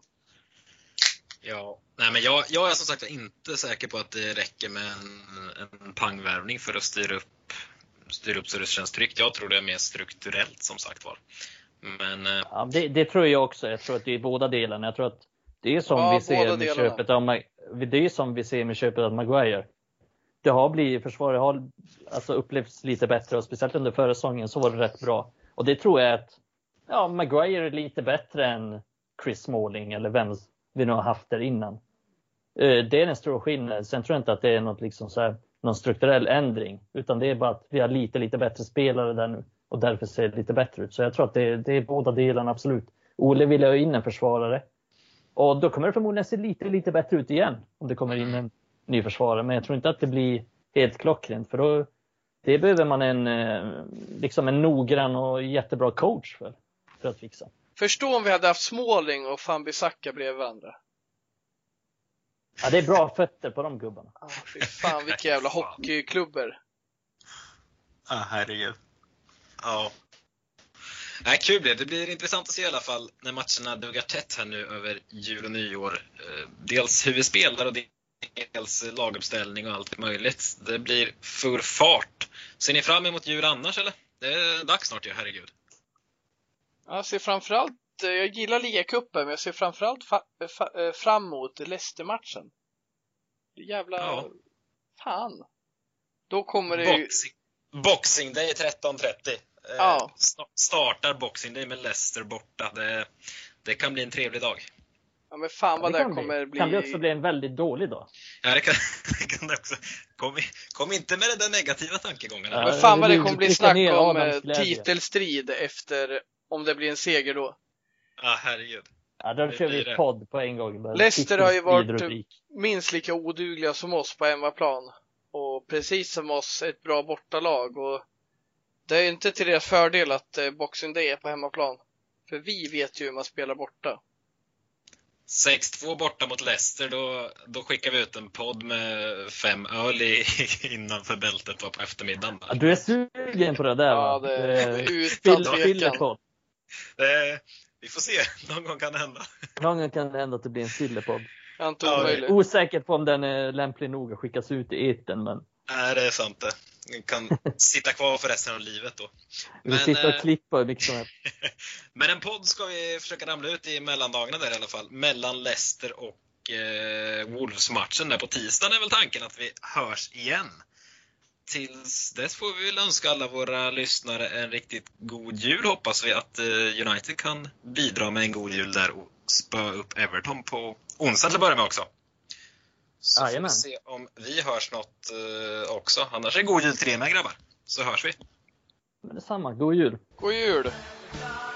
Ja, nej men jag är som sagt inte säker på att det räcker med en pangvärvning för att styra upp så det känns tryggt. Jag tror det är mer strukturellt som sagt var. Men ja, det tror jag också. Jag tror att det är båda delarna. Jag tror att det är som vi ser med köpet av det är som vi ser med köpet av Maguire. Det har blivit försvaret har alltså upplevts lite bättre, och speciellt under förra säsongen så var det rätt bra. Och det tror jag att Maguire är lite bättre än Chris Smalling eller vem vi nu har haft där innan. Det är en stor skillnad. Sen tror jag inte att det är något liksom så här, någon strukturell ändring, utan det är bara att vi har lite bättre spelare där nu och därför ser det lite bättre ut. Så jag tror att det är båda delarna absolut. Ole vill ha in en försvarare, och då kommer det förmodligen se lite bättre ut igen om det kommer in en ny försvarare, men jag tror inte att det blir helt klockrent, för då det behöver man en noggrann och jättebra coach för att fixa. Förstå om vi hade haft Smalling och Wan-Bissaka bredvid varandra. Ja, det är bra fötter på de gubbarna. Fy fan, vilka jävla hockeyklubbar. Herregud. Ja. Nej, kul blir det. Det blir intressant att se i alla fall när matcherna duggar tätt här nu över jul och nyår. Dels hur vi spelar och dels laguppställning och allt möjligt. Det blir full fart. Ser ni fram emot jul annars eller? Det är dags snart ju, herregud. Jag ser framförallt, jag gillar ligacupen, men jag ser framförallt fram emot Leicester-matchen. Jävla fan. Då kommer det Boxing Day 13:30. Ja. Startar Boxing Day med Leicester borta. Det kan bli en trevlig dag. Ja men fan vad det kommer bli. Kan det också bli en väldigt dålig dag? Ja, det kan det också. Kom inte med den där negativa tankegången. Ja, men fan vad det kommer bli snack om titelstrid efter, om det blir en seger då. Ja, herregud. Ja, då Det kör blir vi det. podd på en gång. Bara Leicester har ju varit rubrik. minst lika odugliga som oss på hemmaplan. Och precis som oss ett bra bortalag. Och det är ju inte till deras fördel att Boxing Day är på hemmaplan. För vi vet ju hur man spelar borta. 6-2 borta mot Leicester, då skickar vi ut en podd med 5 öl innanför bältet på eftermiddagen. Ja, du är sugen på det där, Ja, va? det är utan tvekan. Fyllepodd. Vi får se, någon gång kan det hända. Någon gång kan det hända att det blir en fyllepodd. Jag är inte Ja, omöjlig. Osäker på om den är lämplig nog att skickas ut i etern, men Nej, det är sant det. Ni kan sitta kvar för resten av livet då. vi sitter och klipper hur mycket som helst. Men en podd ska vi försöka ramla ut i mellandagarna där i alla fall. Mellan Leicester och Wolves-matchen där på tisdagen är väl tanken att vi hörs igen. Tills dess får vi väl önska alla våra lyssnare en riktigt god jul. Hoppas vi att United kan bidra med en god jul där och spöa upp Everton på onsdag till att börja med också. Så får vi se om vi hörs något också. Annars är det god jul till er med, grabbar. Så hörs vi. Men detsamma, god jul. God jul!